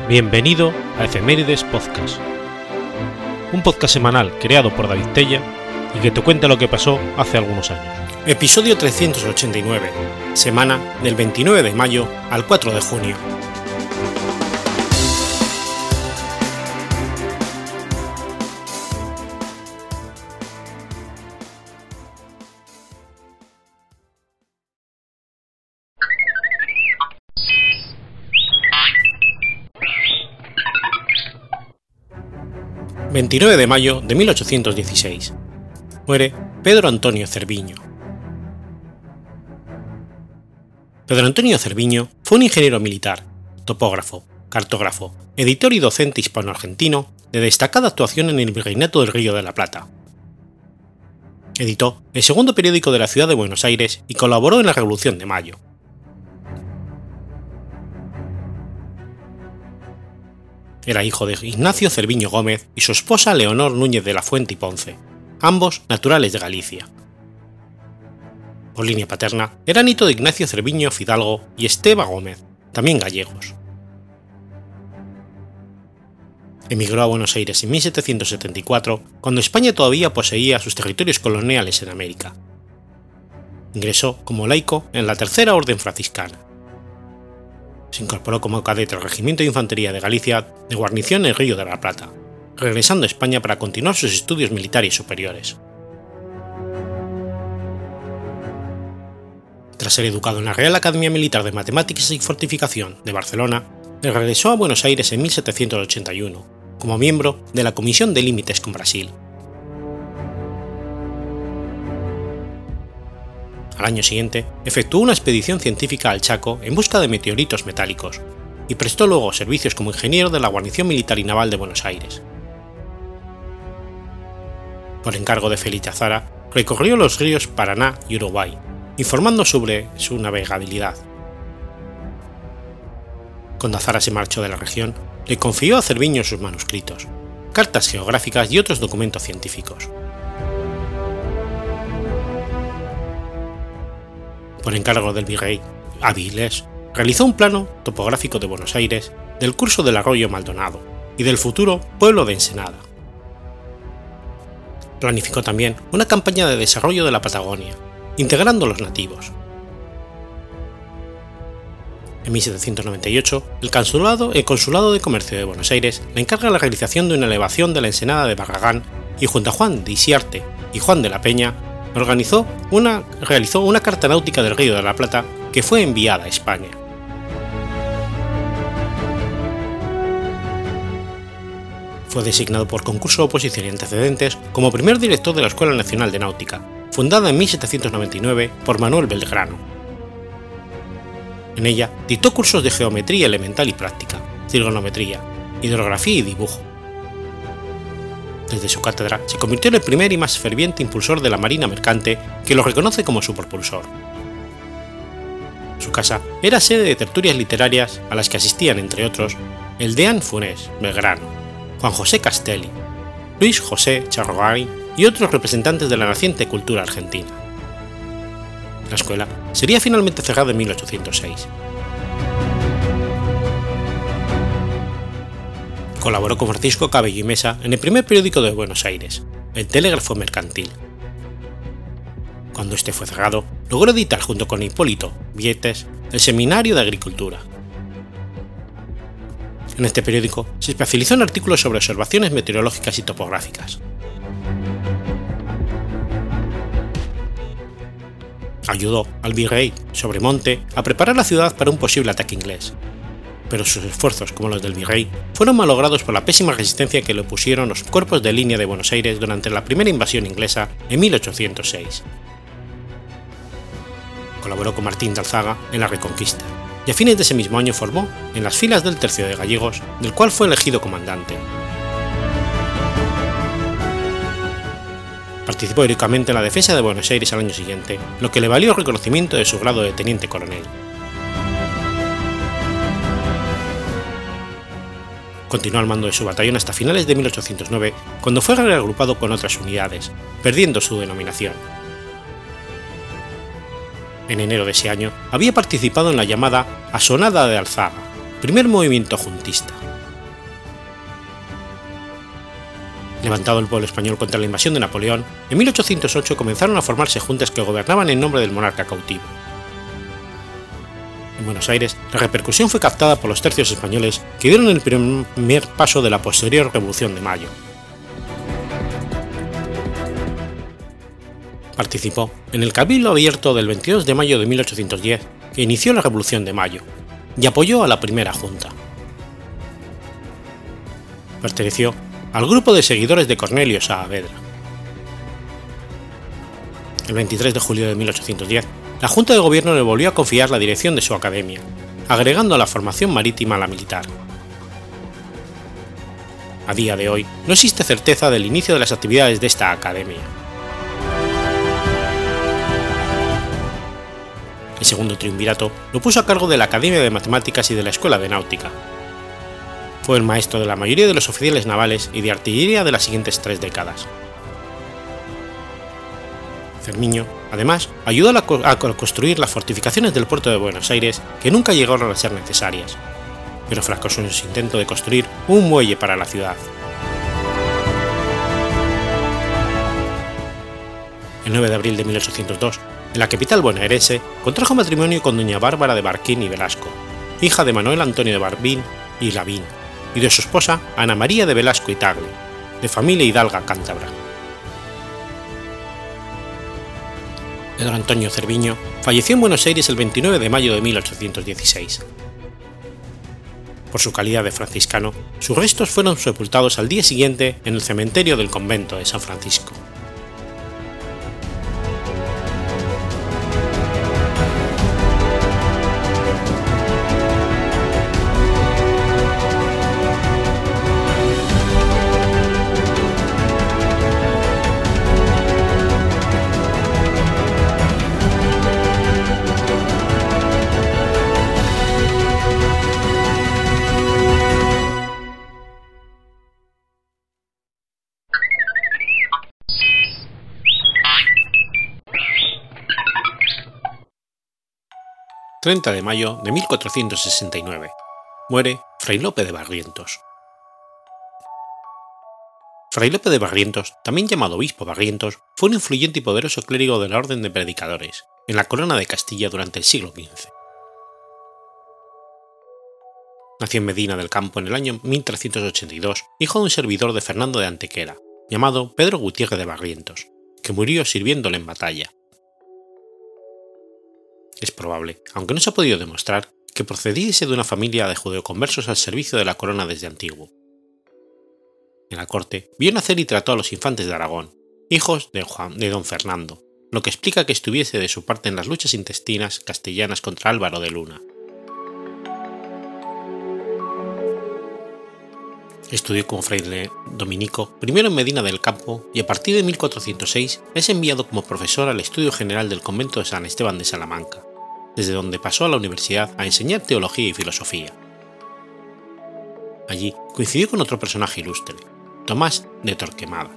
Bienvenido a Efemérides Podcast, un podcast semanal creado por David Tella y que te cuenta lo que pasó hace algunos años. Episodio 389, semana del 29 de mayo al 4 de junio. ...29 de mayo de 1816... muere Pedro Antonio Cerviño. Pedro Antonio Cerviño fue un ingeniero militar, topógrafo, cartógrafo, editor y docente hispano-argentino de destacada actuación en el Virreinato del Río de la Plata. Editó el segundo periódico de la ciudad de Buenos Aires y colaboró en la Revolución de Mayo. Era hijo de Ignacio Cerviño Gómez y su esposa Leonor Núñez de la Fuente y Ponce, ambos naturales de Galicia. Por línea paterna, era nieto de Ignacio Cerviño Fidalgo y Esteba Gómez, también gallegos. Emigró a Buenos Aires en 1774, cuando España todavía poseía sus territorios coloniales en América. Ingresó como laico en la Tercera Orden Franciscana. Se incorporó como cadete al Regimiento de Infantería de Galicia de guarnición en el Río de la Plata, regresando a España para continuar sus estudios militares superiores. Tras ser educado en la Real Academia Militar de Matemáticas y Fortificación de Barcelona, regresó a Buenos Aires en 1781, como miembro de la Comisión de Límites con Brasil. Al año siguiente, efectuó una expedición científica al Chaco en busca de meteoritos metálicos, y prestó luego servicios como ingeniero de la Guarnición Militar y Naval de Buenos Aires. Por encargo de Félix Azara, recorrió los ríos Paraná y Uruguay, informando sobre su navegabilidad. Cuando Azara se marchó de la región, le confió a Cerviño sus manuscritos, cartas geográficas y otros documentos científicos. Por encargo del virrey Avilés, realizó un plano topográfico de Buenos Aires, del curso del arroyo Maldonado y del futuro pueblo de Ensenada. Planificó también una campaña de desarrollo de la Patagonia, integrando a los nativos. En 1798, el Consulado de Comercio de Buenos Aires le encarga la realización de una elevación de la Ensenada de Barragán y junto a Juan de Isiarte y Juan de la Peña, realizó una carta náutica del Río de la Plata que fue enviada a España. Fue designado por concurso de oposición y antecedentes como primer director de la Escuela Nacional de Náutica, fundada en 1799 por Manuel Belgrano. En ella dictó cursos de geometría elemental y práctica, trigonometría, hidrografía y dibujo. Desde su cátedra se convirtió en el primer y más ferviente impulsor de la marina mercante, que lo reconoce como su propulsor. Su casa era sede de tertulias literarias a las que asistían, entre otros, el deán Funes Belgrano, Juan José Castelli, Luis José Charrogaray y otros representantes de la naciente cultura argentina. La escuela sería finalmente cerrada en 1806. Colaboró con Francisco Cabello y Mesa en el primer periódico de Buenos Aires, el Telégrafo Mercantil. Cuando este fue cerrado, logró editar junto con Hipólito Vietes el Seminario de Agricultura. En este periódico se especializó en artículos sobre observaciones meteorológicas y topográficas. Ayudó al virrey Sobremonte a preparar la ciudad para un posible ataque inglés, pero sus esfuerzos, como los del virrey, fueron malogrados por la pésima resistencia que le opusieron los cuerpos de línea de Buenos Aires durante la primera invasión inglesa en 1806. Colaboró con Martín de Alzaga en la Reconquista, y a fines de ese mismo año formó en las filas del Tercio de Gallegos, del cual fue elegido comandante. Participó heroicamente en la defensa de Buenos Aires al año siguiente, lo que le valió el reconocimiento de su grado de teniente coronel. Continuó al mando de su batallón hasta finales de 1809, cuando fue reagrupado con otras unidades, perdiendo su denominación. En enero de ese año había participado en la llamada Asonada de Alzaga, primer movimiento juntista, Levantado el pueblo español contra la invasión de Napoleón, en 1808 comenzaron a formarse juntas que gobernaban en nombre del monarca cautivo. En Buenos Aires, la repercusión fue captada por los tercios españoles que dieron el primer paso de la posterior Revolución de Mayo. Participó en el Cabildo Abierto del 22 de mayo de 1810, que inició la Revolución de Mayo, y apoyó a la primera Junta. Perteneció al grupo de seguidores de Cornelio Saavedra. El 23 de julio de 1810, la Junta de Gobierno le volvió a confiar la dirección de su academia, agregando a la formación marítima a la militar. A día de hoy, no existe certeza del inicio de las actividades de esta academia. El segundo triunvirato lo puso a cargo de la Academia de Matemáticas y de la Escuela de Náutica. Fue el maestro de la mayoría de los oficiales navales y de artillería de las siguientes 3 décadas. Cerviño, además, ayudó a construir las fortificaciones del puerto de Buenos Aires, que nunca llegaron a ser necesarias, pero fracasó en su intento de construir un muelle para la ciudad. El 9 de abril de 1802, en la capital bonaerense, contrajo matrimonio con doña Bárbara de Barquín y Velasco, hija de Manuel Antonio de Barbín y Lavín, y de su esposa Ana María de Velasco y Tagle, de familia hidalga cántabra. Pedro Antonio Cerviño falleció en Buenos Aires el 29 de mayo de 1816. Por su calidad de franciscano, sus restos fueron sepultados al día siguiente en el cementerio del convento de San Francisco. ...30 de mayo de 1469... muere Fray Lope de Barrientos. Fray Lope de Barrientos, también llamado Obispo Barrientos, fue un influyente y poderoso clérigo de la Orden de Predicadores, en la Corona de Castilla durante el siglo XV. Nació en Medina del Campo en el año 1382, hijo de un servidor de Fernando de Antequera, llamado Pedro Gutiérrez de Barrientos, que murió sirviéndole en batalla. Es probable, aunque no se ha podido demostrar, que procediese de una familia de judeoconversos al servicio de la corona desde antiguo. En la corte vio nacer y trató a los infantes de Aragón, hijos de don Fernando, lo que explica que estuviese de su parte en las luchas intestinas castellanas contra Álvaro de Luna. Estudió como fraile dominico, primero en Medina del Campo, y a partir de 1406 es enviado como profesor al Estudio General del Convento de San Esteban de Salamanca, desde donde pasó a la universidad a enseñar teología y filosofía. Allí coincidió con otro personaje ilustre, Tomás de Torquemada.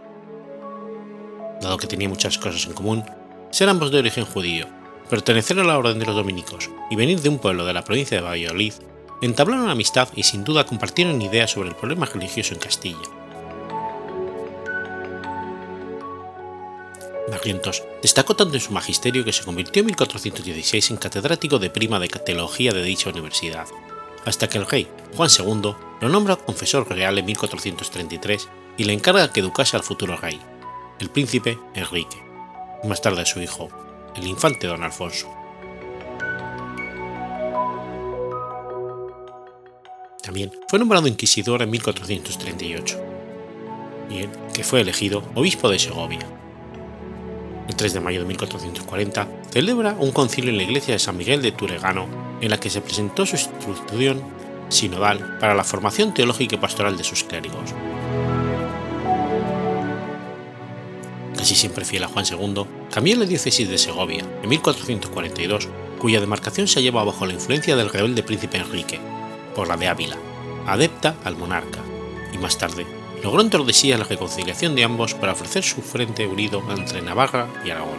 Dado que tenía muchas cosas en común, ser ambos de origen judío, pertenecer a la orden de los dominicos y venir de un pueblo de la provincia de Valladolid, entablaron amistad y sin duda compartieron ideas sobre el problema religioso en Castilla. Barrientos destacó tanto en su magisterio que se convirtió en 1416 en catedrático de prima de teología de dicha universidad, hasta que el rey Juan II lo nombra confesor real en 1433 y le encarga que educase al futuro rey, el príncipe Enrique, y más tarde a su hijo, el infante don Alfonso. También fue nombrado inquisidor en 1438, y él, que fue elegido obispo de Segovia. El 3 de mayo de 1440 celebra un concilio en la iglesia de San Miguel de Turegano, en la que se presentó su instrucción sinodal para la formación teológica y pastoral de sus clérigos. Casi siempre fiel a Juan II, cambió la diócesis de Segovia en 1442, cuya demarcación se hallaba bajo la influencia del rebelde príncipe Enrique, por la de Ávila, adepta al monarca, y más tarde logró en Tordesillas la reconciliación de ambos para ofrecer su frente unido entre Navarra y Aragón.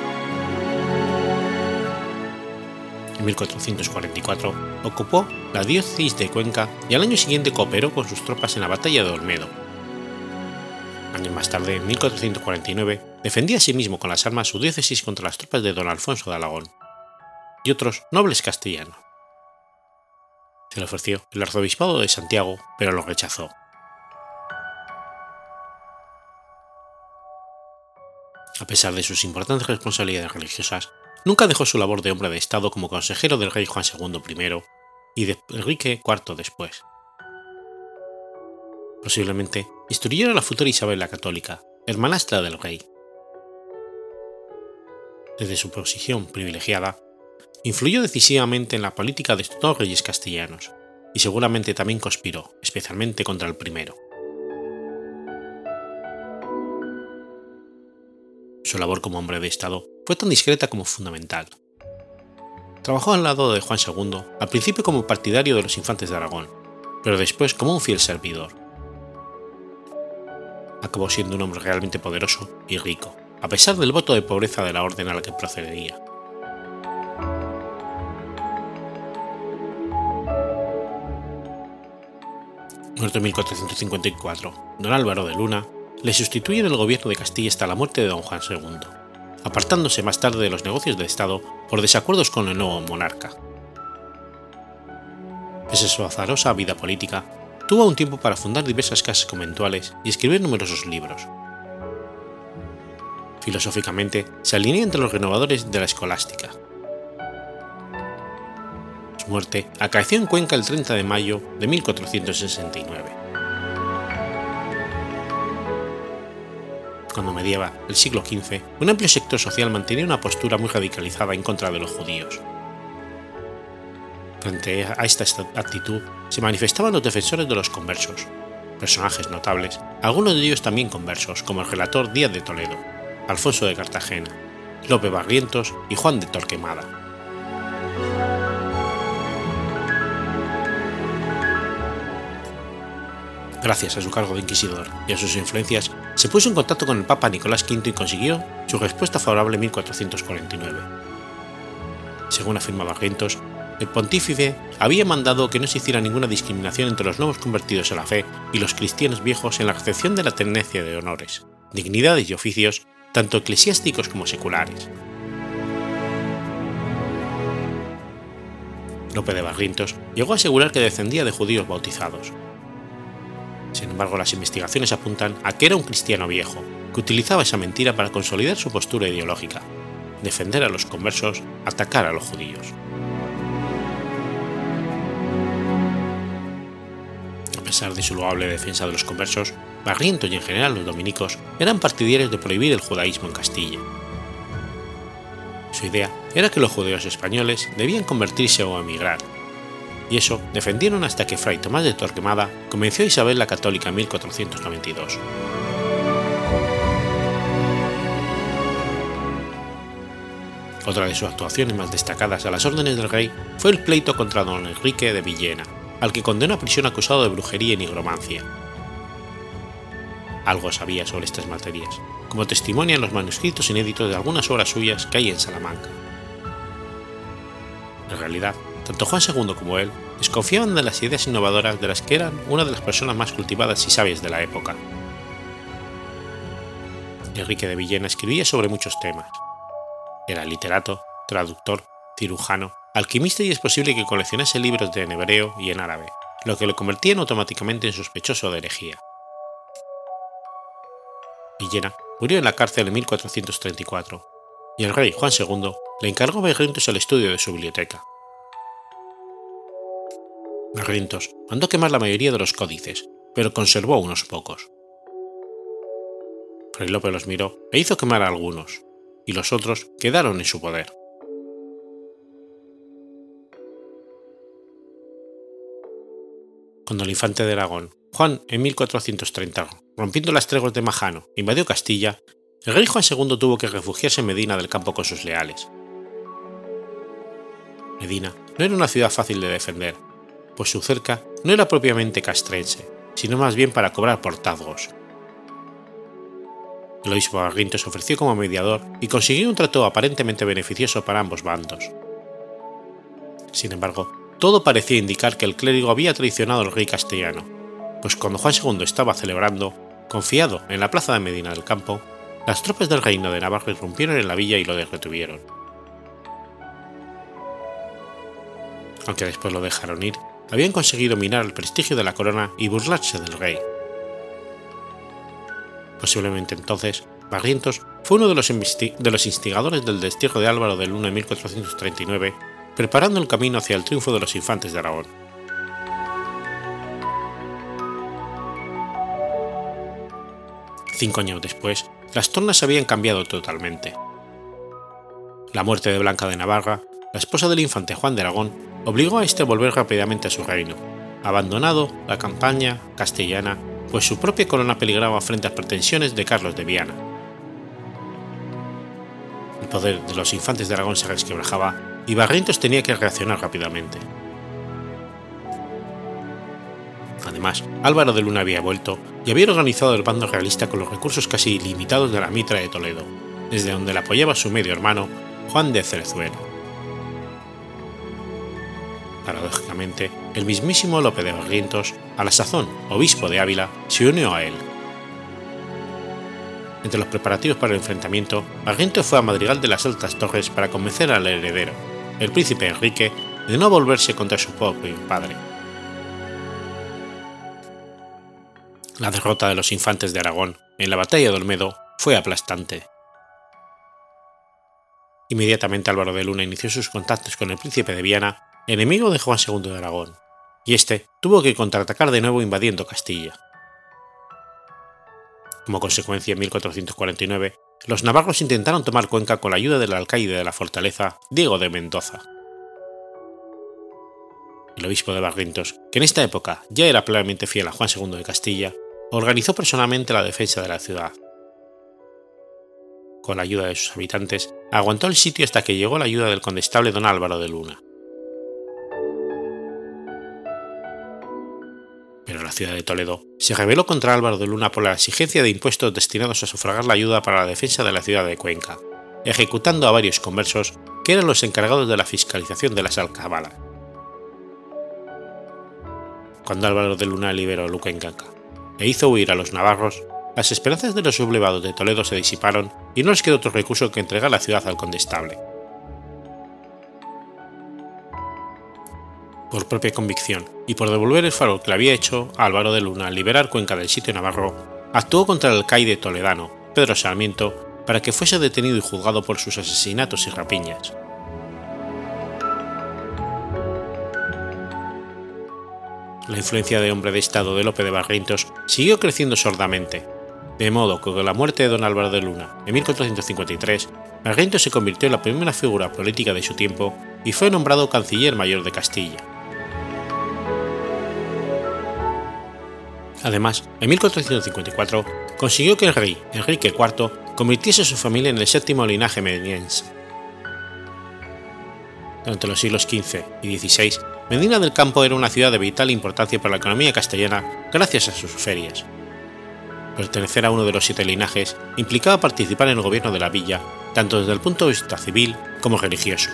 En 1444 ocupó la diócesis de Cuenca y al año siguiente cooperó con sus tropas en la batalla de Olmedo. Más tarde, en 1449, defendía a sí mismo con las armas su diócesis contra las tropas de don Alfonso de Aragón y otros nobles castellanos. Se le ofreció el arzobispado de Santiago, pero lo rechazó. A pesar de sus importantes responsabilidades religiosas, nunca dejó su labor de hombre de Estado como consejero del rey Juan II I y de Enrique IV después. Posiblemente instruyera a la futura Isabel la Católica, hermanastra del rey. Desde su posición privilegiada, influyó decisivamente en la política de estos dos reyes castellanos, y seguramente también conspiró, especialmente contra el primero. Su labor como hombre de Estado fue tan discreta como fundamental. Trabajó al lado de Juan II, al principio como partidario de los infantes de Aragón, pero después como un fiel servidor. Acabó siendo un hombre realmente poderoso y rico, a pesar del voto de pobreza de la orden a la que procedía. Muerto en 1454, don Álvaro de Luna le sustituye en el gobierno de Castilla hasta la muerte de don Juan II, apartándose más tarde de los negocios del Estado por desacuerdos con el nuevo monarca. Pese a su azarosa vida política, tuvo un tiempo para fundar diversas casas conventuales y escribir numerosos libros. Filosóficamente, se alinea entre los renovadores de la escolástica. Su muerte acaeció en Cuenca el 30 de mayo de 1469. Cuando mediaba el siglo XV, un amplio sector social mantenía una postura muy radicalizada en contra de los judíos. Frente a esta actitud se manifestaban los defensores de los conversos, personajes notables, algunos de ellos también conversos, como el relator Díaz de Toledo, Alfonso de Cartagena, Lope Barrientos y Juan de Torquemada. Gracias a su cargo de inquisidor y a sus influencias, se puso en contacto con el Papa Nicolás V y consiguió su respuesta favorable en 1449. Según afirma Barrientos, el pontífice había mandado que no se hiciera ninguna discriminación entre los nuevos convertidos a la fe y los cristianos viejos en la recepción de la tenencia de honores, dignidades y oficios, tanto eclesiásticos como seculares. Lope de Barrientos llegó a asegurar que descendía de judíos bautizados. Sin embargo, las investigaciones apuntan a que era un cristiano viejo, que utilizaba esa mentira para consolidar su postura ideológica, defender a los conversos, atacar a los judíos. A pesar de su loable defensa de los conversos, Barrientos y en general los dominicos eran partidarios de prohibir el judaísmo en Castilla. Su idea era que los judíos españoles debían convertirse o emigrar, y eso defendieron hasta que Fray Tomás de Torquemada convenció a Isabel la Católica en 1492. Otra de sus actuaciones más destacadas a las órdenes del rey fue el pleito contra don Enrique de Villena, al que condenó a prisión acusado de brujería y nigromancia. Algo sabía sobre estas materias, como testimonian los manuscritos inéditos de algunas obras suyas que hay en Salamanca. En realidad, tanto Juan II como él desconfiaban de las ideas innovadoras de las que eran una de las personas más cultivadas y sabias de la época. Enrique de Villena escribía sobre muchos temas. Era literato, traductor, cirujano, alquimista y es posible que coleccionase libros en hebreo y en árabe, lo que lo convertía automáticamente en sospechoso de herejía. Villena murió en la cárcel en 1434, y el rey Juan II le encargó a Barrientos el estudio de su biblioteca. Barrientos mandó quemar la mayoría de los códices, pero conservó unos pocos. Fray Lope los miró e hizo quemar a algunos, y los otros quedaron en su poder. Cuando el infante de Aragón, Juan, en 1430, rompiendo las treguas de Majano, invadió Castilla, el rey Juan II tuvo que refugiarse en Medina del Campo con sus leales. Medina no era una ciudad fácil de defender, pues su cerca no era propiamente castrense, sino más bien para cobrar portazgos. El obispo Barrientos se ofreció como mediador y consiguió un trato aparentemente beneficioso para ambos bandos. Sin embargo, todo parecía indicar que el clérigo había traicionado al rey castellano, pues cuando Juan II estaba celebrando, confiado en la plaza de Medina del Campo, las tropas del Reino de Navarra irrumpieron en la villa y lo retuvieron. Aunque después lo dejaron ir, habían conseguido minar el prestigio de la corona y burlarse del rey. Posiblemente entonces, Barrientos fue uno de los instigadores del destierro de Álvaro de Luna en 1439, preparando el camino hacia el triunfo de los infantes de Aragón. Cinco años después, las tornas habían cambiado totalmente. La muerte de Blanca de Navarra, la esposa del infante Juan de Aragón, obligó a este a volver rápidamente a su reino, abandonado la campaña castellana, pues su propia corona peligraba frente a las pretensiones de Carlos de Viana. El poder de los infantes de Aragón se resquebrajaba y Barrientos tenía que reaccionar rápidamente. Además, Álvaro de Luna había vuelto y había organizado el bando realista con los recursos casi ilimitados de la Mitra de Toledo, desde donde le apoyaba su medio hermano, Juan de Cerezuela. Paradójicamente, el mismísimo Lope de Barrientos, a la sazón obispo de Ávila, se unió a él. Entre los preparativos para el enfrentamiento, Barrientos fue a Madrigal de las Altas Torres para convencer al heredero, el príncipe Enrique, de no volverse contra su propio padre. La derrota de los infantes de Aragón en la batalla de Olmedo fue aplastante. Inmediatamente Álvaro de Luna inició sus contactos con el príncipe de Viana, enemigo de Juan II de Aragón, y este tuvo que contraatacar de nuevo invadiendo Castilla. Como consecuencia, en 1449, los navarros intentaron tomar Cuenca con la ayuda del alcaide de la fortaleza, Diego de Mendoza. El obispo de Barrientos, que en esta época ya era plenamente fiel a Juan II de Castilla, organizó personalmente la defensa de la ciudad. Con la ayuda de sus habitantes, aguantó el sitio hasta que llegó la ayuda del condestable don Álvaro de Luna. Pero la ciudad de Toledo se rebeló contra Álvaro de Luna por la exigencia de impuestos destinados a sufragar la ayuda para la defensa de la ciudad de Cuenca, ejecutando a varios conversos que eran los encargados de la fiscalización de las alcabalas. Cuando Álvaro de Luna liberó Cuenca e hizo huir a los navarros, las esperanzas de los sublevados de Toledo se disiparon y no les quedó otro recurso que entregar la ciudad al condestable. Por propia convicción y por devolver el favor que le había hecho a Álvaro de Luna al liberar Cuenca del sitio navarro, actuó contra el alcaide toledano, Pedro Sarmiento, para que fuese detenido y juzgado por sus asesinatos y rapiñas. La influencia de hombre de Estado de Lope de Barrientos siguió creciendo sordamente, de modo que con la muerte de don Álvaro de Luna en 1453, Barrientos se convirtió en la primera figura política de su tiempo y fue nombrado canciller mayor de Castilla. Además, en 1454 consiguió que el rey Enrique IV convirtiese a su familia en el séptimo linaje medinense. Durante los siglos XV y XVI, Medina del Campo era una ciudad de vital importancia para la economía castellana gracias a sus ferias. Pertenecer a uno de los 7 linajes implicaba participar en el gobierno de la villa, tanto desde el punto de vista civil como religioso.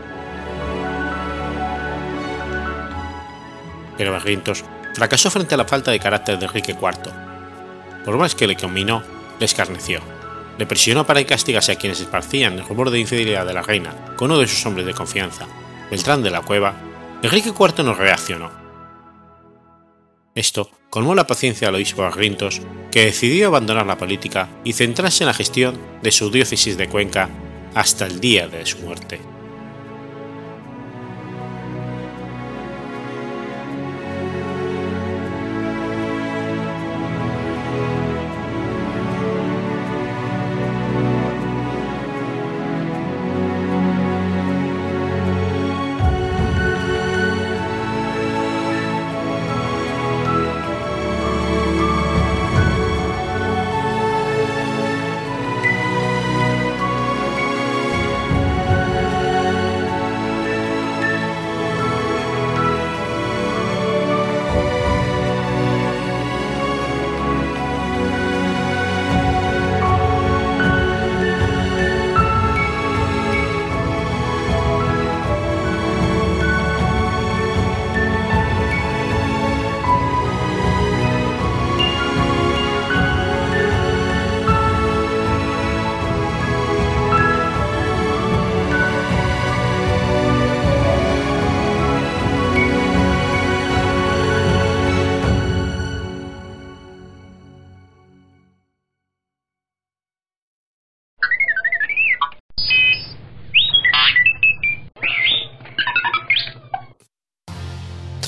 Pero Barrientos fracasó frente a la falta de carácter de Enrique IV. Por más que le conminó, le escarneció, le presionó para que castigase a quienes esparcían el rumor de infidelidad de la reina con uno de sus hombres de confianza, Beltrán de la Cueva. Enrique IV no reaccionó. Esto colmó la paciencia al obispo Barrientos, que decidió abandonar la política y centrarse en la gestión de su diócesis de Cuenca hasta el día de su muerte.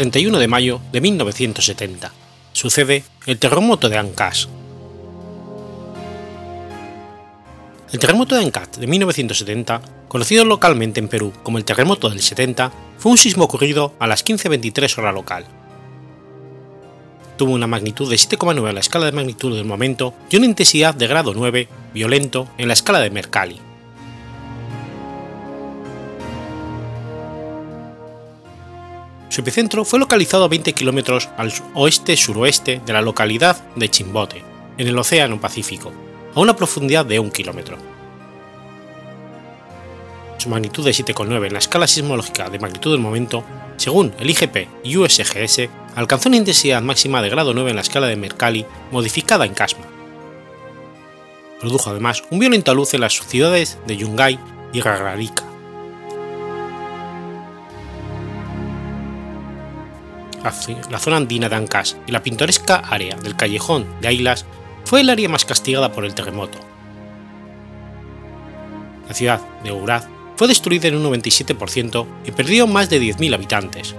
31 de mayo de 1970. Sucede el terremoto de Ancash. El terremoto de Ancash de 1970, conocido localmente en Perú como el terremoto del 70, fue un sismo ocurrido a las 15:23 hora local. Tuvo una magnitud de 7,9 en la escala de magnitud del momento y una intensidad de grado 9, violento, en la escala de Mercalli. Su epicentro fue localizado a 20 kilómetros al oeste-suroeste de la localidad de Chimbote, en el Océano Pacífico, a una profundidad de 1 kilómetro. Su magnitud de 7,9 en la escala sismológica de magnitud del momento, según el IGP y USGS, alcanzó una intensidad máxima de grado 9 en la escala de Mercalli modificada en Casma. Produjo además un violento alud en las ciudades de Yungay y Rararica. La zona andina de Ancash y la pintoresca área del Callejón de Ailas fue el área más castigada por el terremoto. La ciudad de Huaraz fue destruida en un 97% y perdió más de 10.000 habitantes.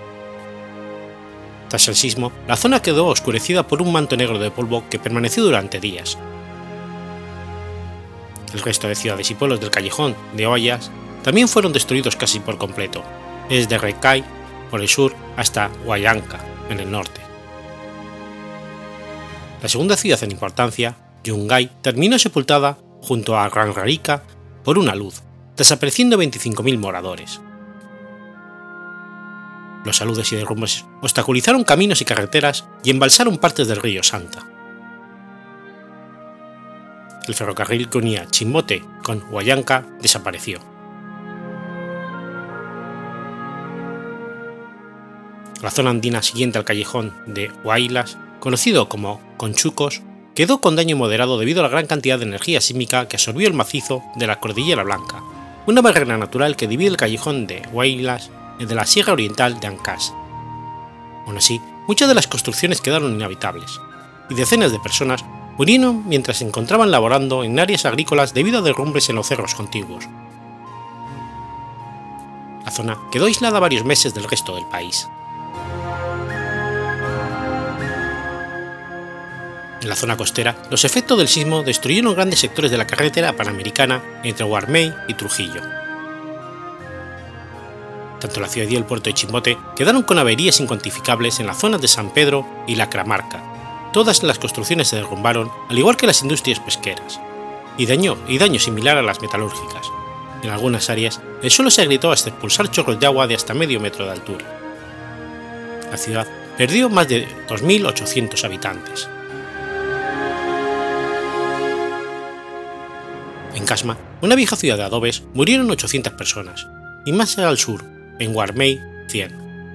Tras el sismo, la zona quedó oscurecida por un manto negro de polvo que permaneció durante días. El resto de ciudades y pueblos del Callejón de Ollas también fueron destruidos casi por completo, desde Recay por el sur hasta Huallanca en el norte. La segunda ciudad en importancia, Yungay, terminó sepultada junto a Rararica por una luz, desapareciendo 25.000 moradores. Los aludes y derrumbes obstaculizaron caminos y carreteras y embalsaron partes del río Santa. El ferrocarril que unía Chimbote con Huallanca desapareció. La zona andina siguiente al callejón de Huaylas, conocido como Conchucos, quedó con daño moderado debido a la gran cantidad de energía sísmica que absorbió el macizo de la Cordillera Blanca, una barrera natural que divide el callejón de Huaylas de la Sierra Oriental de Ancash. Aún así, muchas de las construcciones quedaron inhabitables, y decenas de personas murieron mientras se encontraban laborando en áreas agrícolas debido a derrumbes en los cerros contiguos. La zona quedó aislada varios meses del resto del país. En la zona costera, los efectos del sismo destruyeron grandes sectores de la carretera panamericana entre Guarmey y Trujillo. Tanto la ciudad y el puerto de Chimbote quedaron con averías incuantificables en las zonas de San Pedro y la Cramarca. Todas las construcciones se derrumbaron, al igual que las industrias pesqueras, y daño similar a las metalúrgicas. En algunas áreas, el suelo se agrietó hasta expulsar chorros de agua de hasta medio metro de altura. La ciudad perdió más de 2.800 habitantes. En Casma, una vieja ciudad de adobes, murieron 800 personas, y más al sur, en Guarmey, 100.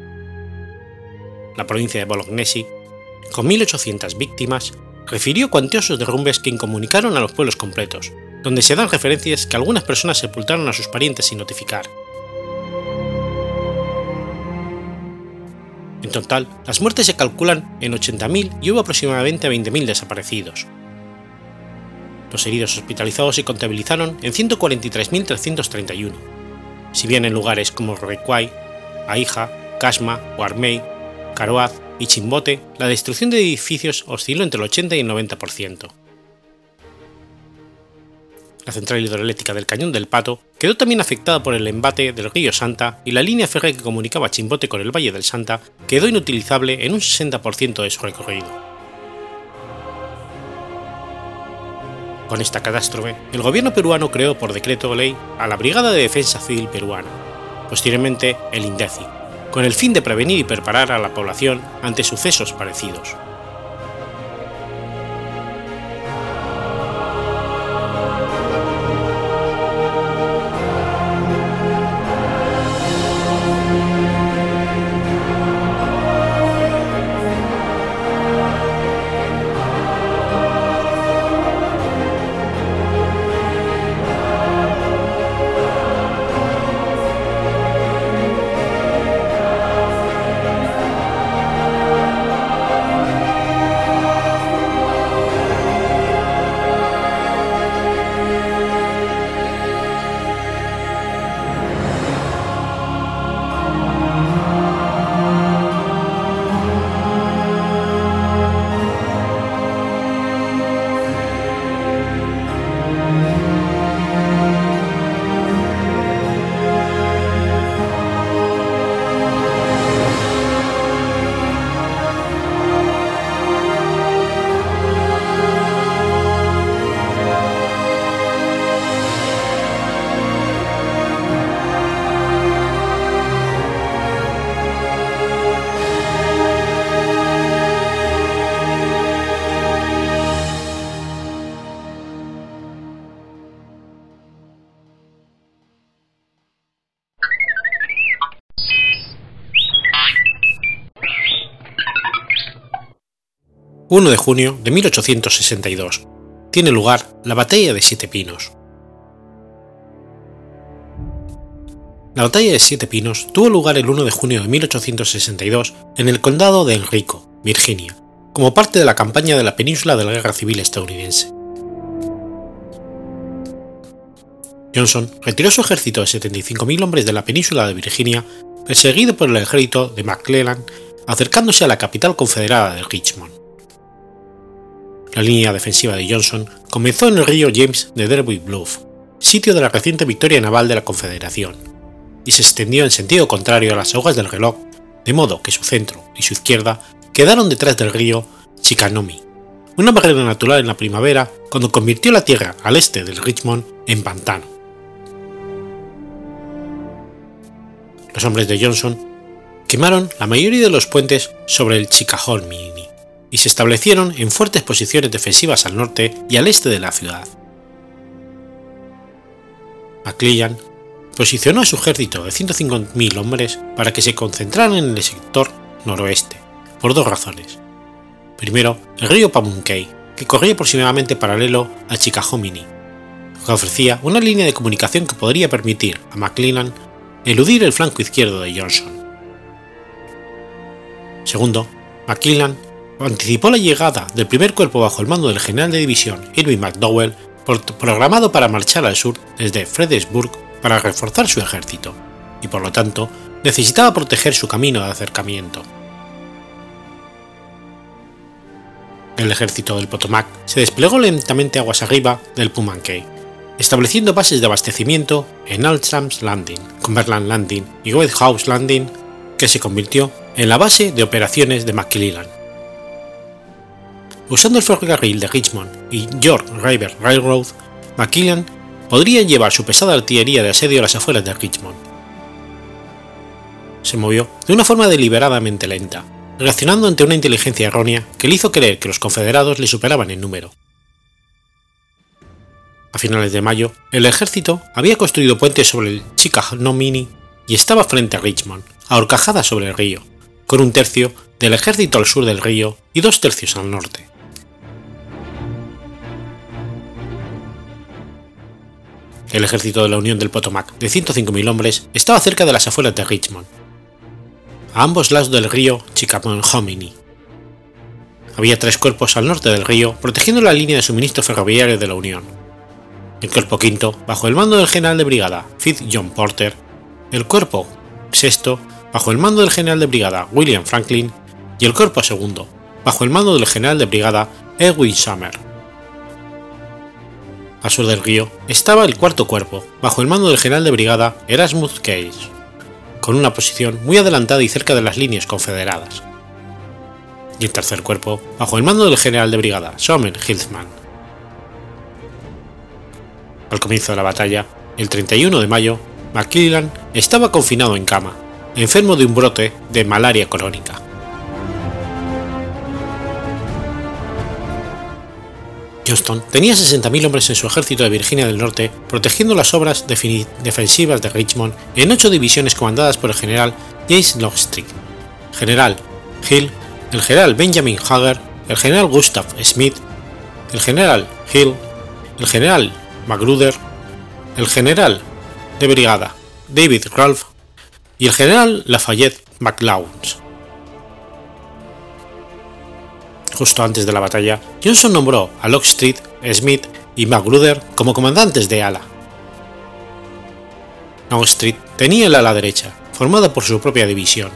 La provincia de Bolognesi, con 1.800 víctimas, refirió cuantiosos derrumbes que incomunicaron a los pueblos completos, donde se dan referencias que algunas personas sepultaron a sus parientes sin notificar. En total, las muertes se calculan en 80.000 y hubo aproximadamente 20.000 desaparecidos. Los heridos hospitalizados se contabilizaron en 143.331, si bien en lugares como Recuay, Aija, Casma, Guarmey, Caroaz y Chimbote la destrucción de edificios osciló entre el 80 y el 90%. La central hidroeléctrica del Cañón del Pato quedó también afectada por el embate del río Santa y la línea férrea que comunicaba Chimbote con el Valle del Santa quedó inutilizable en un 60% de su recorrido. Con esta catástrofe, el gobierno peruano creó por decreto ley a la Brigada de Defensa Civil Peruana, posteriormente el INDECI, con el fin de prevenir y preparar a la población ante sucesos parecidos. 1 de junio de 1862. Tiene lugar la Batalla de Siete Pinos. La Batalla de Siete Pinos tuvo lugar el 1 de junio de 1862 en el condado de Henrico, Virginia, como parte de la campaña de la península de la Guerra Civil estadounidense. Johnson retiró su ejército de 75.000 hombres de la península de Virginia, perseguido por el ejército de McClellan, acercándose a la capital confederada de Richmond. La línea defensiva de Johnson comenzó en el río James de Derby Bluff, sitio de la reciente victoria naval de la Confederación, y se extendió en sentido contrario a las agujas del reloj, de modo que su centro y su izquierda quedaron detrás del río Chickahominy, una barrera natural en la primavera cuando convirtió la tierra al este del Richmond en pantano. Los hombres de Johnson quemaron la mayoría de los puentes sobre el Chickahominy y se establecieron en fuertes posiciones defensivas al norte y al este de la ciudad. McClellan posicionó a su ejército de 105.000 hombres para que se concentraran en el sector noroeste, por dos razones. Primero, el río Pamunkey, que corría aproximadamente paralelo a Chickahominy, que ofrecía una línea de comunicación que podría permitir a McClellan eludir el flanco izquierdo de Johnson. Segundo, McClellan anticipó la llegada del primer cuerpo bajo el mando del general de división Irving McDowell, programado para marchar al sur desde Fredericksburg para reforzar su ejército, y por lo tanto necesitaba proteger su camino de acercamiento. El ejército del Potomac se desplegó lentamente aguas arriba del Pamunkey, estableciendo bases de abastecimiento en Altam's Landing, Cumberland Landing y White House Landing, que se convirtió en la base de operaciones de McClellan. Usando el ferrocarril de Richmond y York River Railroad, McClellan podría llevar su pesada artillería de asedio a las afueras de Richmond. Se movió de una forma deliberadamente lenta, reaccionando ante una inteligencia errónea que le hizo creer que los confederados le superaban en número. A finales de mayo, el ejército había construido puentes sobre el Chickahominy y estaba frente a Richmond, ahorcajada sobre el río, con un tercio del ejército al sur del río y 2 tercios al norte. El ejército de la Unión del Potomac, de 105.000 hombres, estaba cerca de las afueras de Richmond, a ambos lados del río Chickahominy. Había 3 cuerpos al norte del río protegiendo la línea de suministro ferroviario de la Unión. El cuerpo quinto, bajo el mando del general de brigada Fitz John Porter, el cuerpo sexto, bajo el mando del general de brigada William Franklin, y el cuerpo segundo, bajo el mando del general de brigada Edwin Sumner. Al sur del río estaba el cuarto cuerpo, bajo el mando del general de brigada Erasmus Case, con una posición muy adelantada y cerca de las líneas confederadas. Y el tercer cuerpo, bajo el mando del general de brigada Sumner Hillsman. Al comienzo de la batalla, el 31 de mayo, McClellan estaba confinado en cama, enfermo de un brote de malaria crónica. Johnston tenía 60.000 hombres en su ejército de Virginia del Norte, protegiendo las obras defensivas de Richmond en 8 divisiones comandadas por el general James Longstreet, general Hill, el general Benjamin Hager, el general Gustav Smith, el general Hill, el general Magruder, el general de brigada David Ralph y el general Lafayette McLaws. Justo antes de la batalla, Johnson nombró a Longstreet, Smith y Magruder como comandantes de ala. Longstreet tenía el ala derecha, formada por su propia división.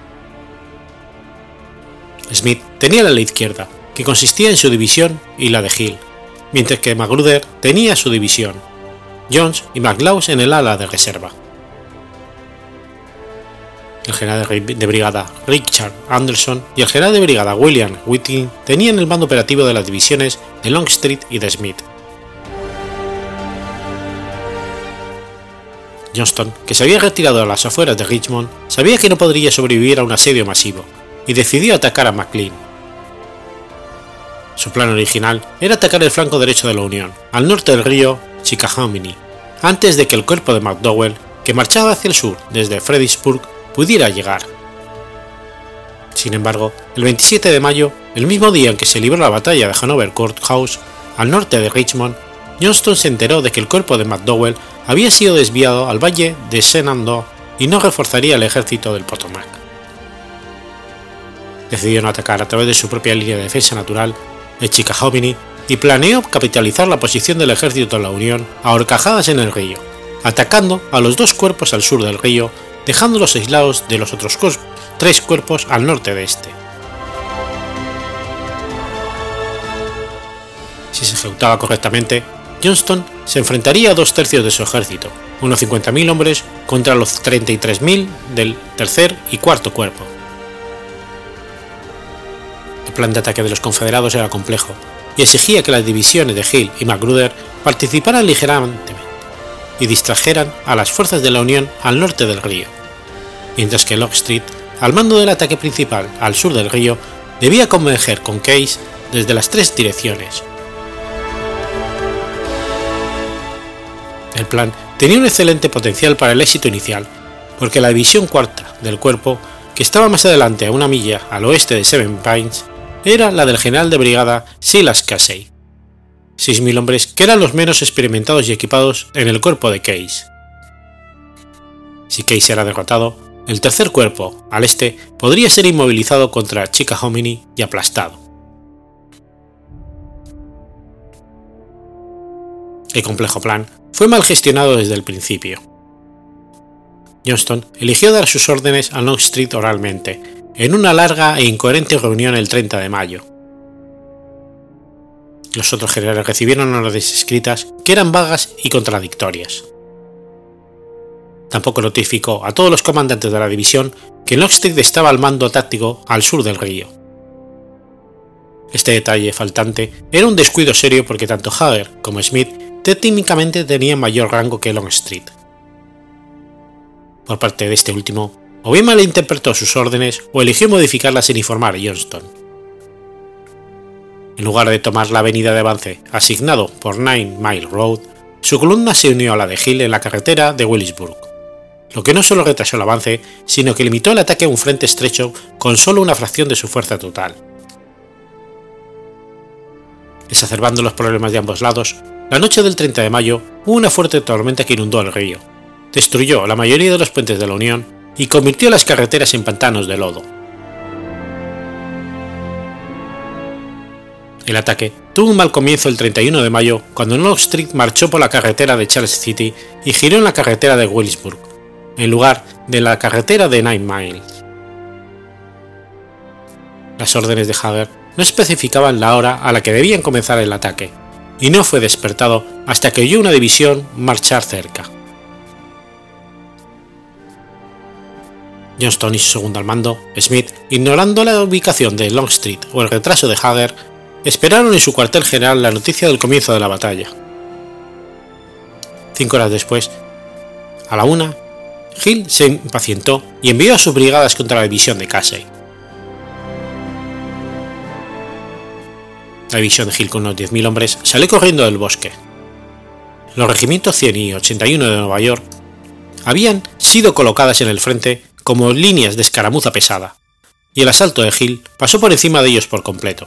Smith tenía el ala izquierda, que consistía en su división y la de Hill, mientras que Magruder tenía su división, Jones y McLaws en el ala de reserva. El general de brigada Richard Anderson y el general de brigada William Whiting tenían el mando operativo de las divisiones de Longstreet y de Smith. Johnston, que se había retirado a las afueras de Richmond, sabía que no podría sobrevivir a un asedio masivo y decidió atacar a McClellan. Su plan original era atacar el flanco derecho de la Unión, al norte del río Chickahominy, antes de que el cuerpo de McDowell, que marchaba hacia el sur desde Fredericksburg, pudiera llegar. Sin embargo, el 27 de mayo, el mismo día en que se libró la batalla de Hanover Courthouse, al norte de Richmond, Johnston se enteró de que el cuerpo de McDowell había sido desviado al valle de Shenandoah y no reforzaría el ejército del Potomac. Decidió no atacar a través de su propia línea de defensa natural, el Chickahominy, y planeó capitalizar la posición del ejército de la Unión a horcajadas en el río, atacando a los dos cuerpos al sur del río, dejándolos aislados de los otros tres cuerpos al norte de este. Si se ejecutaba correctamente, Johnston se enfrentaría a 2/3 de su ejército, unos 50.000 hombres contra los 33.000 del tercer y cuarto cuerpo. El plan de ataque de los confederados era complejo y exigía que las divisiones de Hill y Magruder participaran ligeramente y distrajeran a las fuerzas de la Unión al norte del río, mientras que Longstreet, al mando del ataque principal al sur del río, debía converger con Case desde las tres direcciones. El plan tenía un excelente potencial para el éxito inicial, porque la división cuarta del cuerpo, que estaba más adelante a una milla al oeste de Seven Pines, era la del general de brigada Silas Casey, 6.000 hombres que eran los menos experimentados y equipados en el cuerpo de Case. Si Case era derrotado, el tercer cuerpo, al este, podría ser inmovilizado contra Chickahominy y aplastado. El complejo plan fue mal gestionado desde el principio. Johnston eligió dar sus órdenes a Longstreet oralmente, en una larga e incoherente reunión el 30 de mayo. Los otros generales recibieron órdenes escritas que eran vagas y contradictorias. Tampoco notificó a todos los comandantes de la división que Longstreet estaba al mando táctico al sur del río. Este detalle faltante era un descuido serio porque tanto Hager como Smith técnicamente tenían mayor rango que Longstreet. Por parte de este último, o bien malinterpretó sus órdenes o eligió modificarlas sin informar a Johnston. En lugar de tomar la avenida de avance asignado por 9 Mile Road, su columna se unió a la de Hill en la carretera de Williamsburg, lo que no solo retrasó el avance, sino que limitó el ataque a un frente estrecho con solo una fracción de su fuerza total. Exacerbando los problemas de ambos lados, la noche del 30 de mayo hubo una fuerte tormenta que inundó el río, destruyó la mayoría de los puentes de la Unión y convirtió las carreteras en pantanos de lodo. El ataque tuvo un mal comienzo el 31 de mayo cuando Longstreet marchó por la carretera de Charles City y giró en la carretera de Williamsburg, en lugar de la carretera de 9 Miles. Las órdenes de Hager no especificaban la hora a la que debían comenzar el ataque, y no fue despertado hasta que oyó una división marchar cerca. Johnston y su segundo al mando, Smith, ignorando la ubicación de Longstreet o el retraso de Hager, esperaron en su cuartel general la noticia del comienzo de la batalla. 5 horas después, a la 1, Hill se impacientó y envió a sus brigadas contra la división de Casey. La división de Hill con unos 10.000 hombres salió corriendo del bosque. Los regimientos 100 y 81 de Nueva York habían sido colocadas en el frente como líneas de escaramuza pesada, y el asalto de Hill pasó por encima de ellos por completo.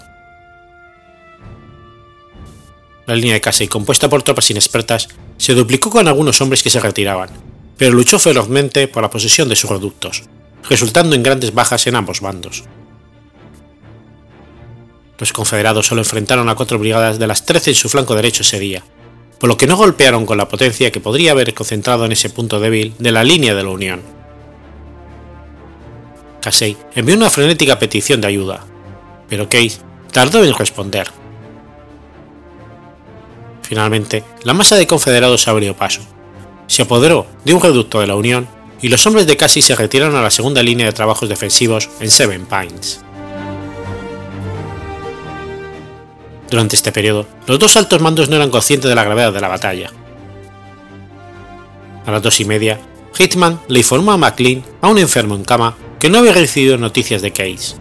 La línea de Casey, compuesta por tropas inexpertas, se duplicó con algunos hombres que se retiraban, pero luchó ferozmente por la posesión de sus reductos, resultando en grandes bajas en ambos bandos. Los confederados solo enfrentaron a 4 brigadas de las 13 en su flanco derecho ese día, por lo que no golpearon con la potencia que podría haber concentrado en ese punto débil de la línea de la Unión. Casey envió una frenética petición de ayuda, pero Case tardó en responder. Finalmente, la masa de confederados abrió paso, se apoderó de un reducto de la Unión y los hombres de Casey se retiraron a la segunda línea de trabajos defensivos en Seven Pines. Durante este periodo, los dos altos mandos no eran conscientes de la gravedad de la batalla. A las 2:30, Hitman le informó a McLean, a un enfermo en cama, que no había recibido noticias de Case.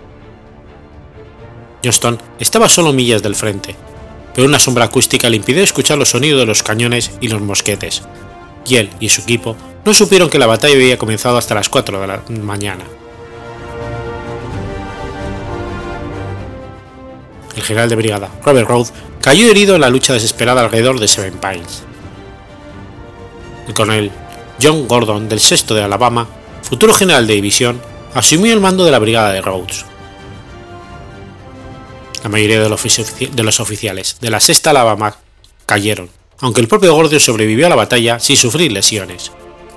Johnston estaba solo millas del frente, pero una sombra acústica le impidió escuchar los sonidos de los cañones y los mosquetes, y él y su equipo no supieron que la batalla había comenzado hasta las 4 de la mañana. el general de brigada Robert Roode, cayó herido en la lucha desesperada alrededor de Seven Pines. El coronel John Gordon del 6º de Alabama, futuro general de división, asumió el mando de la brigada de Rhodes. La mayoría de los oficiales de la 6ª Alabama cayeron, aunque el propio Gordon sobrevivió a la batalla sin sufrir lesiones.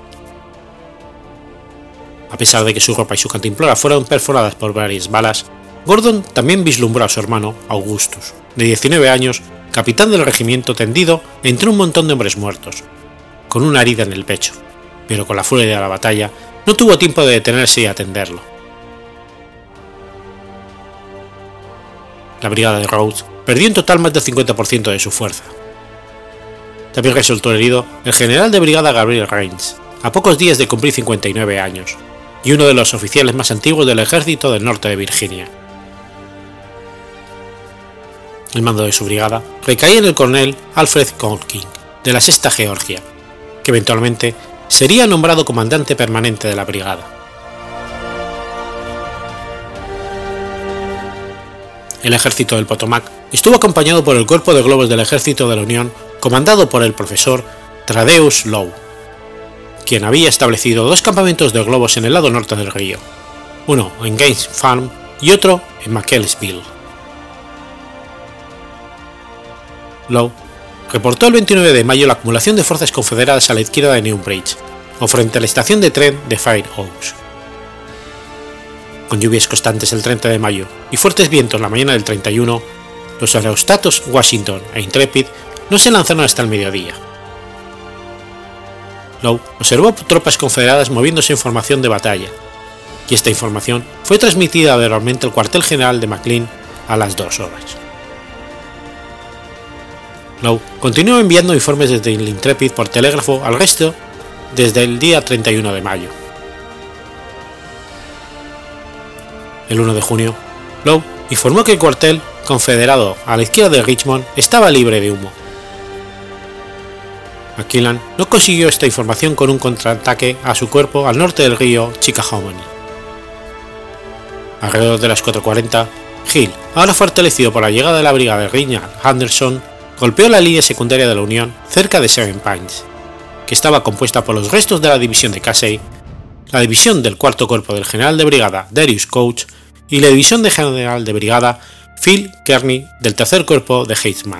A pesar de que su ropa y su cantimplora fueron perforadas por varias balas, Gordon también vislumbró a su hermano, Augustus, de 19 años, capitán del regimiento, tendido entre un montón de hombres muertos, con una herida en el pecho, pero con la furia de la batalla no tuvo tiempo de detenerse y atenderlo. La brigada de Rhodes perdió en total más del 50% de su fuerza. También resultó herido el general de brigada Gabriel Rains, a pocos días de cumplir 59 años, y uno de los oficiales más antiguos del ejército del norte de Virginia. El mando de su brigada recaía en el coronel Alfred Colking, de la 6ª Georgia, que eventualmente sería nombrado comandante permanente de la brigada. El ejército del Potomac estuvo acompañado por el cuerpo de globos del ejército de la Unión, comandado por el profesor Thaddeus Lowe, quien había establecido 2 campamentos de globos en el lado norte del río, uno en Gaines Farm y otro en McKeesville. Lowe reportó el 29 de mayo la acumulación de fuerzas confederadas a la izquierda de Newbridge, o frente a la estación de tren de Fair Oaks. Con lluvias constantes el 30 de mayo y fuertes vientos la mañana del 31, los aerostatos Washington e Intrepid no se lanzaron hasta el mediodía. Lowe observó tropas confederadas moviéndose en formación de batalla, y esta información fue transmitida verbalmente al cuartel general de McLean a las 2 horas. Lowe continuó enviando informes desde el Intrepid por telégrafo al resto desde el día 31 de mayo. El 1 de junio, Lowe informó que el cuartel confederado a la izquierda de Richmond estaba libre de humo. McClellan no consiguió esta información con un contraataque a su cuerpo al norte del río Chickahominy. Alrededor de las 4:40, Hill, ahora fortalecido por la llegada de la brigada de Richard Anderson, golpeó la línea secundaria de la Unión cerca de Seven Pines, que estaba compuesta por los restos de la división de Casey, la división del 4º cuerpo del general de brigada Darius Couch y la división de general de brigada Phil Kearny del 3er cuerpo de Heisman.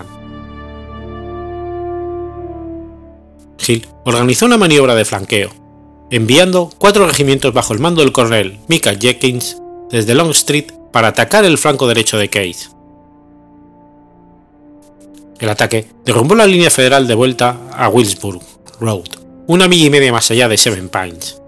Hill organizó una maniobra de flanqueo, enviando 4 regimientos bajo el mando del coronel Micah Jenkins desde Longstreet para atacar el flanco derecho de Case. El ataque derrumbó la línea federal de vuelta a Williamsburg Road, 1,5 millas más allá de Seven Pines.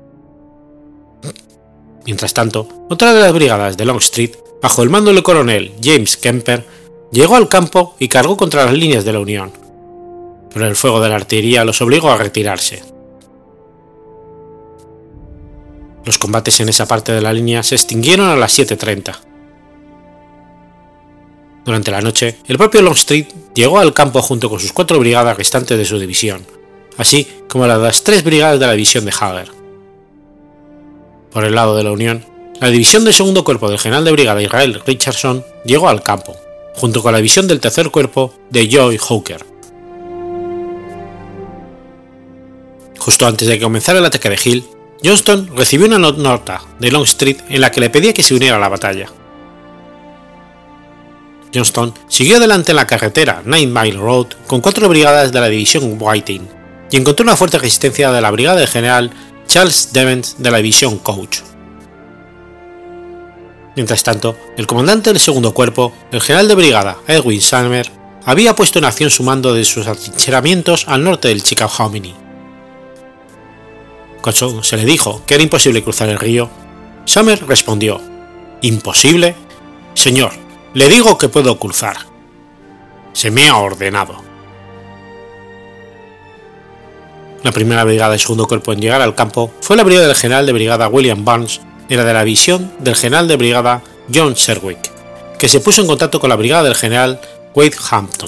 Mientras tanto, otra de las brigadas de Longstreet, bajo el mando del coronel James Kemper, llegó al campo y cargó contra las líneas de la Unión, pero el fuego de la artillería los obligó a retirarse. Los combates en esa parte de la línea se extinguieron a las 7:30. Durante la noche, el propio Longstreet llegó al campo junto con sus 4 brigadas restantes de su división, así como las 3 brigadas de la división de Hager. Por el lado de la Unión, la división del 2º cuerpo del general de brigada Israel Richardson llegó al campo, junto con la división del 3er cuerpo de Joy Hooker. Justo antes de que comenzara el ataque de Hill, Johnston recibió una nota de Longstreet en la que le pedía que se uniera a la batalla. Johnston siguió adelante en la carretera 9 Mile Road con 4 brigadas de la división Whiting y encontró una fuerte resistencia de la brigada del general Charles Devens de la división Couch. Mientras tanto, el comandante del 2º cuerpo, el general de brigada Edwin Sumner, había puesto en acción su mando de sus atrincheramientos al norte del Chickahominy. Cuando se le dijo que era imposible cruzar el río, Sumner respondió: ¿Imposible? Señor, le digo que puedo cruzar. Se me ha ordenado. La primera brigada del 2º cuerpo en llegar al campo fue la brigada del general de brigada William Barnes y la de la división del general de brigada John Sherwick, que se puso en contacto con la brigada del general Wade Hampton.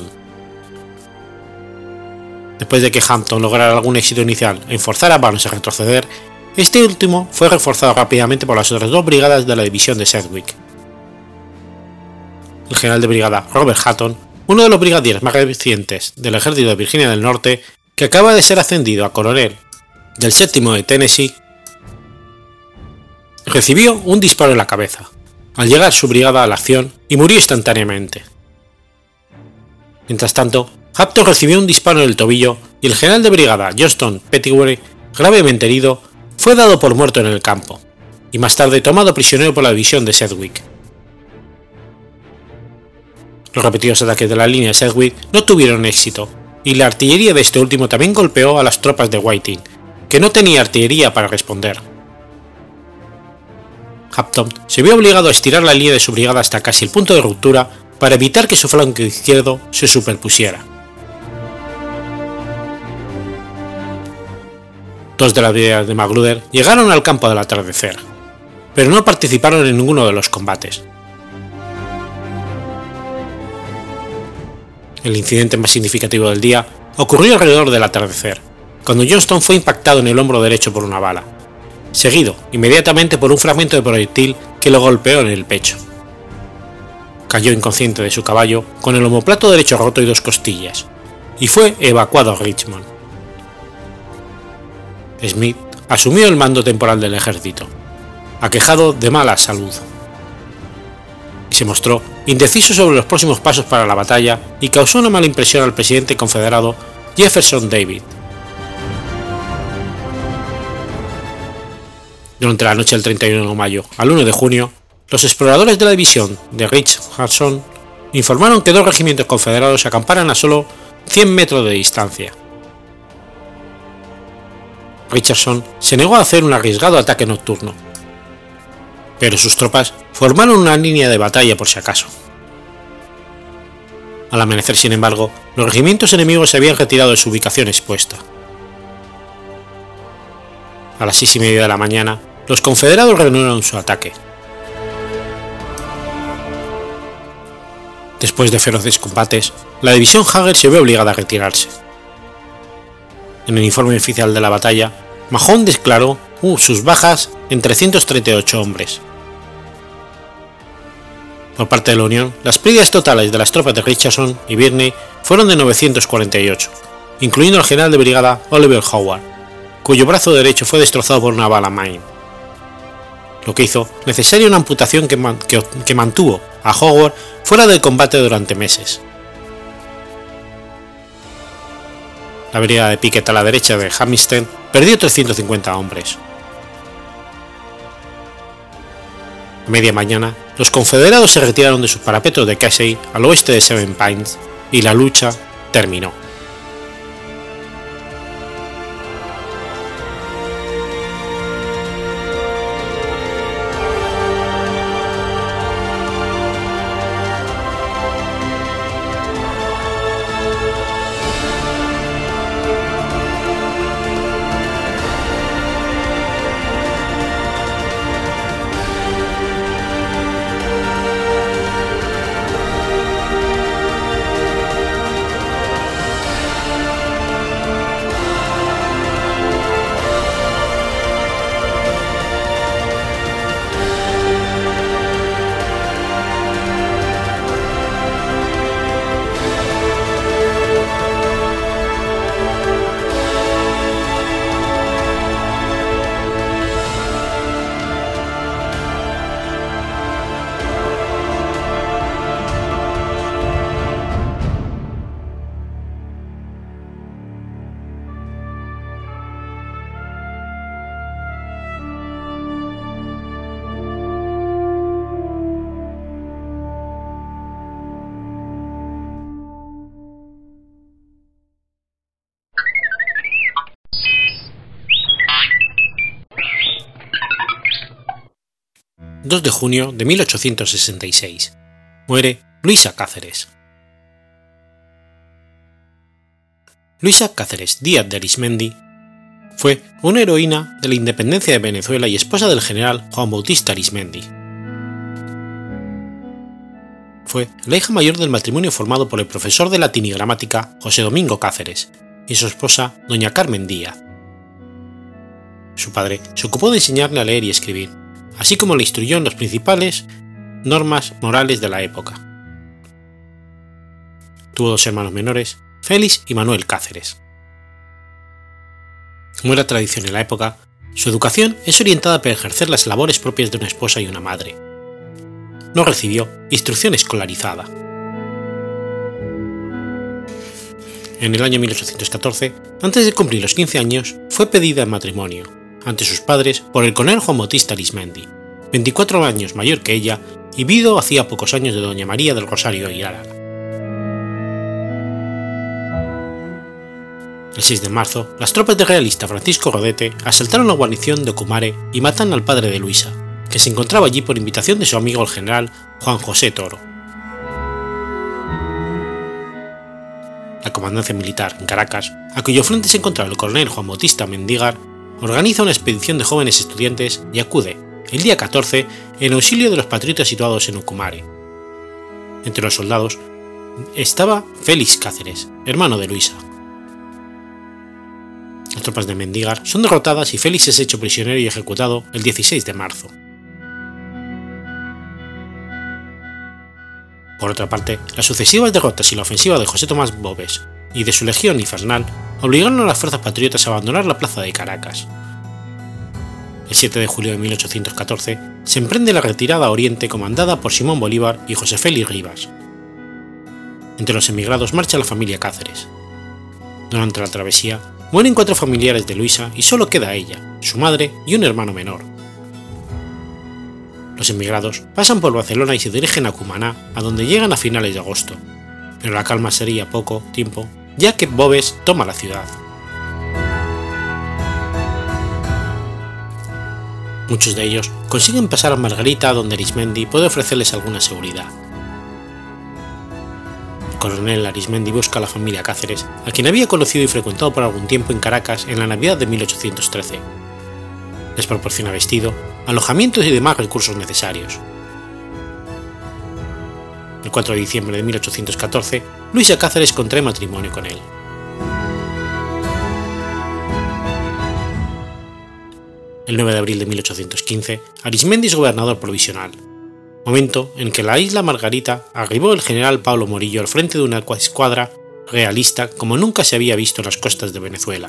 Después de que Hampton lograra algún éxito inicial en forzar a Barnes a retroceder, este último fue reforzado rápidamente por las otras 2 brigadas de la división de Sedgwick. el general de brigada Robert Hatton, uno de los brigadieres más recientes del ejército de Virginia del Norte, que acaba de ser ascendido a coronel del 7º de Tennessee, recibió un disparo en la cabeza, al llegar su brigada a la acción, y murió instantáneamente. Mientras tanto, Hampton recibió un disparo en el tobillo y el general de brigada Johnston Pettigrew, gravemente herido, fue dado por muerto en el campo, y más tarde tomado prisionero por la división de Sedgwick. Los repetidos ataques de la línea de Sedgwick no tuvieron éxito, y la artillería de este último también golpeó a las tropas de Whiting, que no tenía artillería para responder. Hampton se vio obligado a estirar la línea de su brigada hasta casi el punto de ruptura para evitar que su flanco izquierdo se superpusiera. Dos de las brigadas de Magruder llegaron al campo al atardecer, pero no participaron en ninguno de los combates. El incidente más significativo del día ocurrió alrededor del atardecer, cuando Johnston fue impactado en el hombro derecho por una bala, seguido inmediatamente por un fragmento de proyectil que lo golpeó en el pecho. Cayó inconsciente de su caballo con el omoplato derecho roto y 2 costillas, y fue evacuado a Richmond. Smith asumió el mando temporal del ejército, aquejado de mala salud, y se mostró indeciso sobre los próximos pasos para la batalla y causó una mala impresión al presidente confederado Jefferson Davis. Durante la noche del 31 de mayo al 1 de junio, los exploradores de la división de Richardson informaron que 2 regimientos confederados acamparan a solo 100 metros de distancia. Richardson se negó a hacer un arriesgado ataque nocturno, pero sus tropas formaron una línea de batalla por si acaso. Al amanecer, sin embargo, los regimientos enemigos se habían retirado de su ubicación expuesta. A las 6:30 de la mañana, los confederados reanudaron su ataque. Después de feroces combates, la división Hager se vio obligada a retirarse. En el informe oficial de la batalla, Mahone declaró sus bajas en 338 hombres. Por parte de la Unión, las pérdidas totales de las tropas de Richardson y Birney fueron de 948, incluyendo al general de brigada Oliver Howard, cuyo brazo derecho fue destrozado por una bala Mine, lo que hizo necesaria una amputación que mantuvo a Howard fuera del combate durante meses. La brigada de Pickett a la derecha de Hamilton perdió 350 hombres. A media mañana, los confederados se retiraron de sus parapetos de Casey al oeste de Seven Pines y la lucha terminó. ...2 de junio de 1866... muere Luisa Cáceres. Luisa Cáceres Díaz de Arismendi fue una heroína de la independencia de Venezuela y esposa del general Juan Bautista Arismendi. Fue la hija mayor del matrimonio formado por el profesor de latín y gramática José Domingo Cáceres y su esposa doña Carmen Díaz. Su padre se ocupó de enseñarle a leer y escribir, así como le instruyó en las principales normas morales de la época, Tuvo 2 hermanos menores, Félix y Manuel Cáceres. Como era tradición en la época, su educación es orientada para ejercer las labores propias de una esposa y una madre. No recibió instrucción escolarizada. En el año 1814, antes de cumplir los 15 años, fue pedida en matrimonio, ante sus padres, por el coronel Juan Bautista Arismendi, 24 años mayor que ella y viudo hacía pocos años de doña María del Rosario Ayala. El 6 de marzo, las tropas del realista Francisco Rodete asaltaron la guarnición de Ocumare y mataron al padre de Luisa, que se encontraba allí por invitación de su amigo el general Juan José Toro. La comandancia militar en Caracas, a cuyo frente se encontraba el coronel Juan Bautista Mendígar, organiza una expedición de jóvenes estudiantes y acude, el día 14, en auxilio de los patriotas situados en Ocumare. Entre los soldados estaba Félix Cáceres, hermano de Luisa. Las tropas de Mendígar son derrotadas y Félix es hecho prisionero y ejecutado el 16 de marzo. Por otra parte, las sucesivas derrotas y la ofensiva de José Tomás Boves y de su legión infernal obligaron a las fuerzas patriotas a abandonar la plaza de Caracas. El 7 de julio de 1814 se emprende la retirada a Oriente comandada por Simón Bolívar y José Félix Rivas. Entre los emigrados marcha la familia Cáceres. Durante la travesía mueren 4 familiares de Luisa y solo queda ella, su madre y un hermano menor. Los emigrados pasan por Barcelona y se dirigen a Cumaná, a donde llegan a finales de agosto, pero la calma sería poco tiempo, ya que Boves toma la ciudad. Muchos de ellos consiguen pasar a Margarita, donde Arismendi puede ofrecerles alguna seguridad. El coronel Arismendi busca a la familia Cáceres, a quien había conocido y frecuentado por algún tiempo en Caracas en la Navidad de 1813. Les proporciona vestido, alojamientos y demás recursos necesarios. El 4 de diciembre de 1814, Luisa Cáceres contrae matrimonio con él. El 9 de abril de 1815, Arismendi es gobernador provisional, momento en que en la isla Margarita arribó el general Pablo Morillo al frente de una escuadra realista como nunca se había visto en las costas de Venezuela.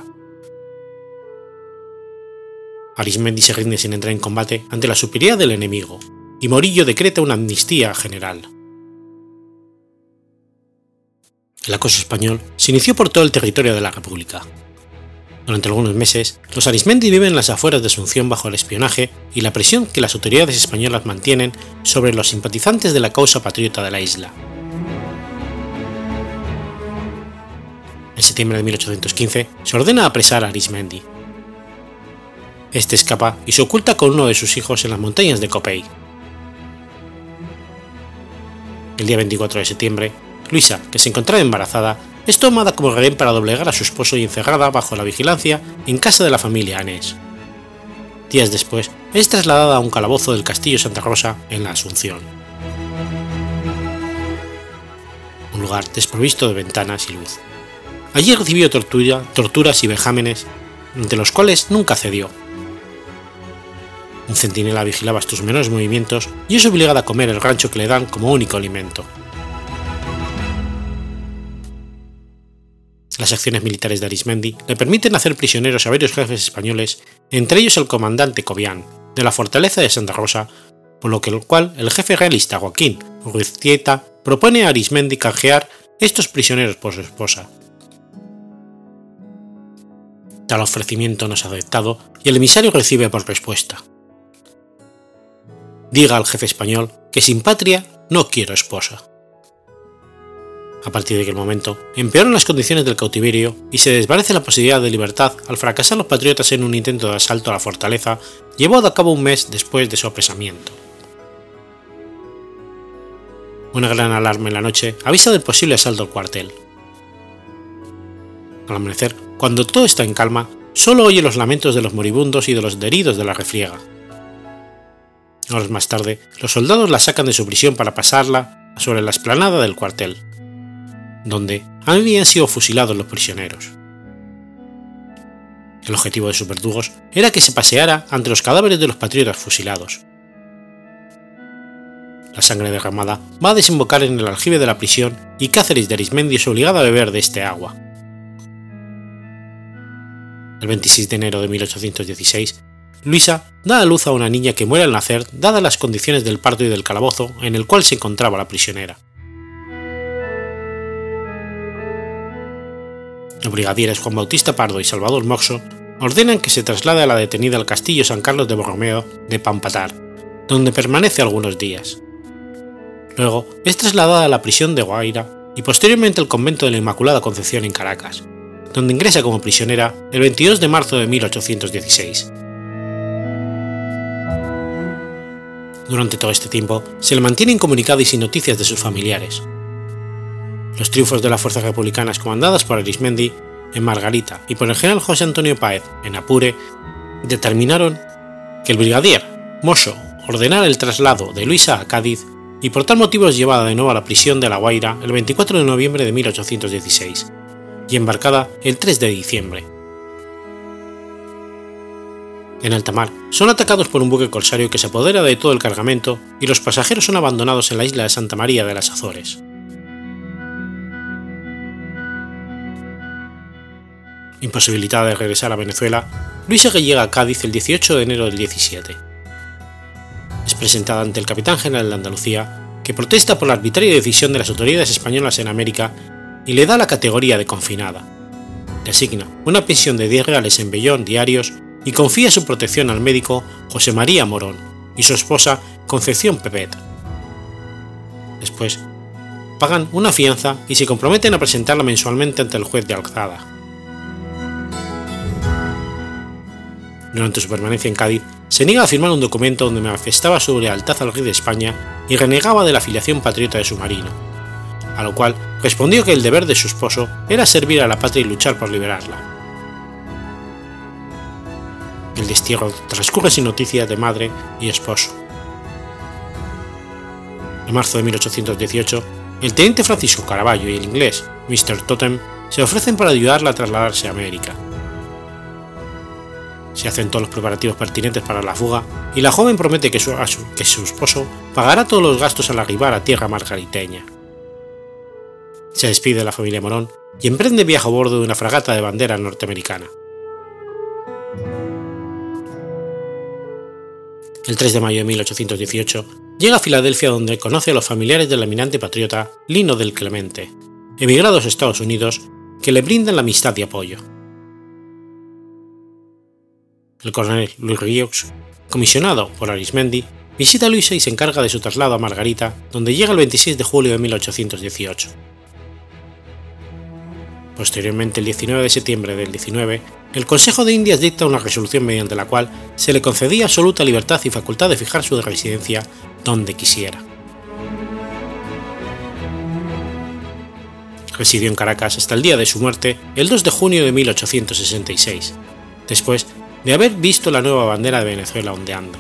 Arismendi se rinde sin entrar en combate ante la superioridad del enemigo, y Morillo decreta una amnistía general. El acoso español se inició por todo el territorio de la República. Durante algunos meses, los Arismendi viven en las afueras de Asunción bajo el espionaje y la presión que las autoridades españolas mantienen sobre los simpatizantes de la causa patriota de la isla. En septiembre de 1815 se ordena apresar a Arismendi. Este escapa y se oculta con uno de sus hijos en las montañas de Copey. El día 24 de septiembre, Luisa, que se encontraba embarazada, es tomada como rehén para doblegar a su esposo y encerrada bajo la vigilancia en casa de la familia Anés. Días después, es trasladada a un calabozo del Castillo Santa Rosa en la Asunción. Un lugar desprovisto de ventanas y luz. Allí recibió torturas y vejámenes, ante los cuales nunca cedió. Un centinela vigilaba sus menores movimientos y es obligada a comer el rancho que le dan como único alimento. Las acciones militares de Arismendi le permiten hacer prisioneros a varios jefes españoles, entre ellos el comandante Cobián, de la fortaleza de Santa Rosa, por lo cual el jefe realista Joaquín Urrustieta propone a Arismendi canjear estos prisioneros por su esposa. Tal ofrecimiento no es aceptado y el emisario recibe por respuesta: diga al jefe español que sin patria no quiero esposa. A partir de aquel momento, empeoran las condiciones del cautiverio y se desvanece la posibilidad de libertad al fracasar los patriotas en un intento de asalto a la fortaleza llevado a cabo un mes después de su apresamiento. Una gran alarma en la noche avisa del posible asalto al cuartel. Al amanecer, cuando todo está en calma, solo oye los lamentos de los moribundos y de los heridos de la refriega. Horas más tarde, los soldados la sacan de su prisión para pasarla sobre la explanada del cuartel, donde habían sido fusilados los prisioneros. El objetivo de sus verdugos era que se paseara ante los cadáveres de los patriotas fusilados. La sangre derramada va a desembocar en el aljibe de la prisión y Cáceres de Arismendi es obligado a beber de este agua. El 26 de enero de 1816, Luisa da a luz a una niña que muere al nacer dadas las condiciones del parto y del calabozo en el cual se encontraba la prisionera. Los brigadieres Juan Bautista Pardo y Salvador Moxo ordenan que se traslade a la detenida al castillo San Carlos de Borromeo de Pampatar, donde permanece algunos días. Luego es trasladada a la prisión de Guaira y posteriormente al convento de la Inmaculada Concepción en Caracas, donde ingresa como prisionera el 22 de marzo de 1816. Durante todo este tiempo se le mantiene incomunicada y sin noticias de sus familiares. Los triunfos de las fuerzas republicanas comandadas por Arismendi en Margarita y por el general José Antonio Páez en Apure determinaron que el brigadier Moxo ordenara el traslado de Luisa a Cádiz y por tal motivo es llevada de nuevo a la prisión de La Guaira el 24 de noviembre de 1816 y embarcada el 3 de diciembre. En alta mar son atacados por un buque corsario que se apodera de todo el cargamento y los pasajeros son abandonados en la isla de Santa María de las Azores. Imposibilitada de regresar a Venezuela, Luisa llega a Cádiz el 18 de enero del 17. Es presentada ante el capitán general de Andalucía, que protesta por la arbitraria decisión de las autoridades españolas en América y le da la categoría de confinada. Le asigna una pensión de 10 reales en vellón diarios y confía su protección al médico José María Morón y su esposa Concepción Pepet. Después, pagan una fianza y se comprometen a presentarla mensualmente ante el juez de Alcázar. Durante su permanencia en Cádiz, se niega a firmar un documento donde manifestaba su lealtad al rey de España y renegaba de la afiliación patriota de su marino, a lo cual respondió que el deber de su esposo era servir a la patria y luchar por liberarla. El destierro transcurre sin noticias de madre y esposo. En marzo de 1818, el teniente Francisco Caraballo y el inglés Mr. Totem se ofrecen para ayudarla a trasladarse a América. Se hacen todos los preparativos pertinentes para la fuga y la joven promete que su esposo pagará todos los gastos al arribar a tierra margariteña. Se despide de la familia Morón y emprende viaje a bordo de una fragata de bandera norteamericana. El 3 de mayo de 1818 llega a Filadelfia donde conoce a los familiares del eminente patriota Lino del Clemente, emigrados a Estados Unidos, que le brindan la amistad y apoyo. El coronel Luis Rieux, comisionado por Arismendi, visita a Luisa y se encarga de su traslado a Margarita, donde llega el 26 de julio de 1818. Posteriormente, el 19 de septiembre del 19, el Consejo de Indias dicta una resolución mediante la cual se le concedía absoluta libertad y facultad de fijar su residencia donde quisiera. Residió en Caracas hasta el día de su muerte, el 2 de junio de 1866, después de haber visto la nueva bandera de Venezuela ondeando.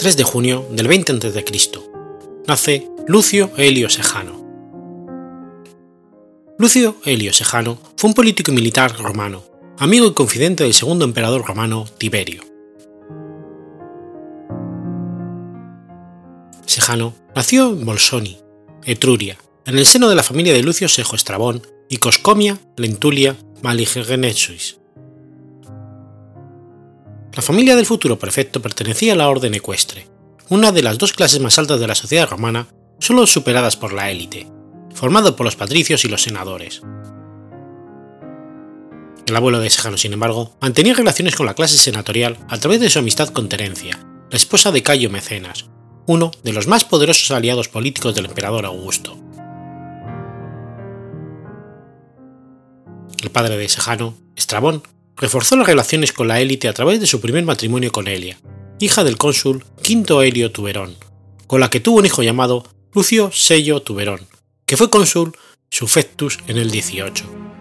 3 de junio del 20 a.C., nace Lucio Elio Sejano. Lucio Elio Sejano fue un político y militar romano, amigo y confidente del segundo emperador romano Tiberio. Sejano nació en Bolsoni, Etruria, en el seno de la familia de Lucio Sejo Estrabón y Coscomia Lentulia Maligernesuis. La familia del futuro prefecto pertenecía a la orden ecuestre, una de las dos clases más altas de la sociedad romana, solo superadas por la élite, formado por los patricios y los senadores. El abuelo de Sejano, sin embargo, mantenía relaciones con la clase senatorial a través de su amistad con Terencia, la esposa de Cayo Mecenas, uno de los más poderosos aliados políticos del emperador Augusto. El padre de Sejano, Estrabón, reforzó las relaciones con la élite a través de su primer matrimonio con Elia, hija del cónsul Quinto Elio Tuberón, con la que tuvo un hijo llamado Lucio Sello Tuberón, que fue cónsul suffectus en el 18.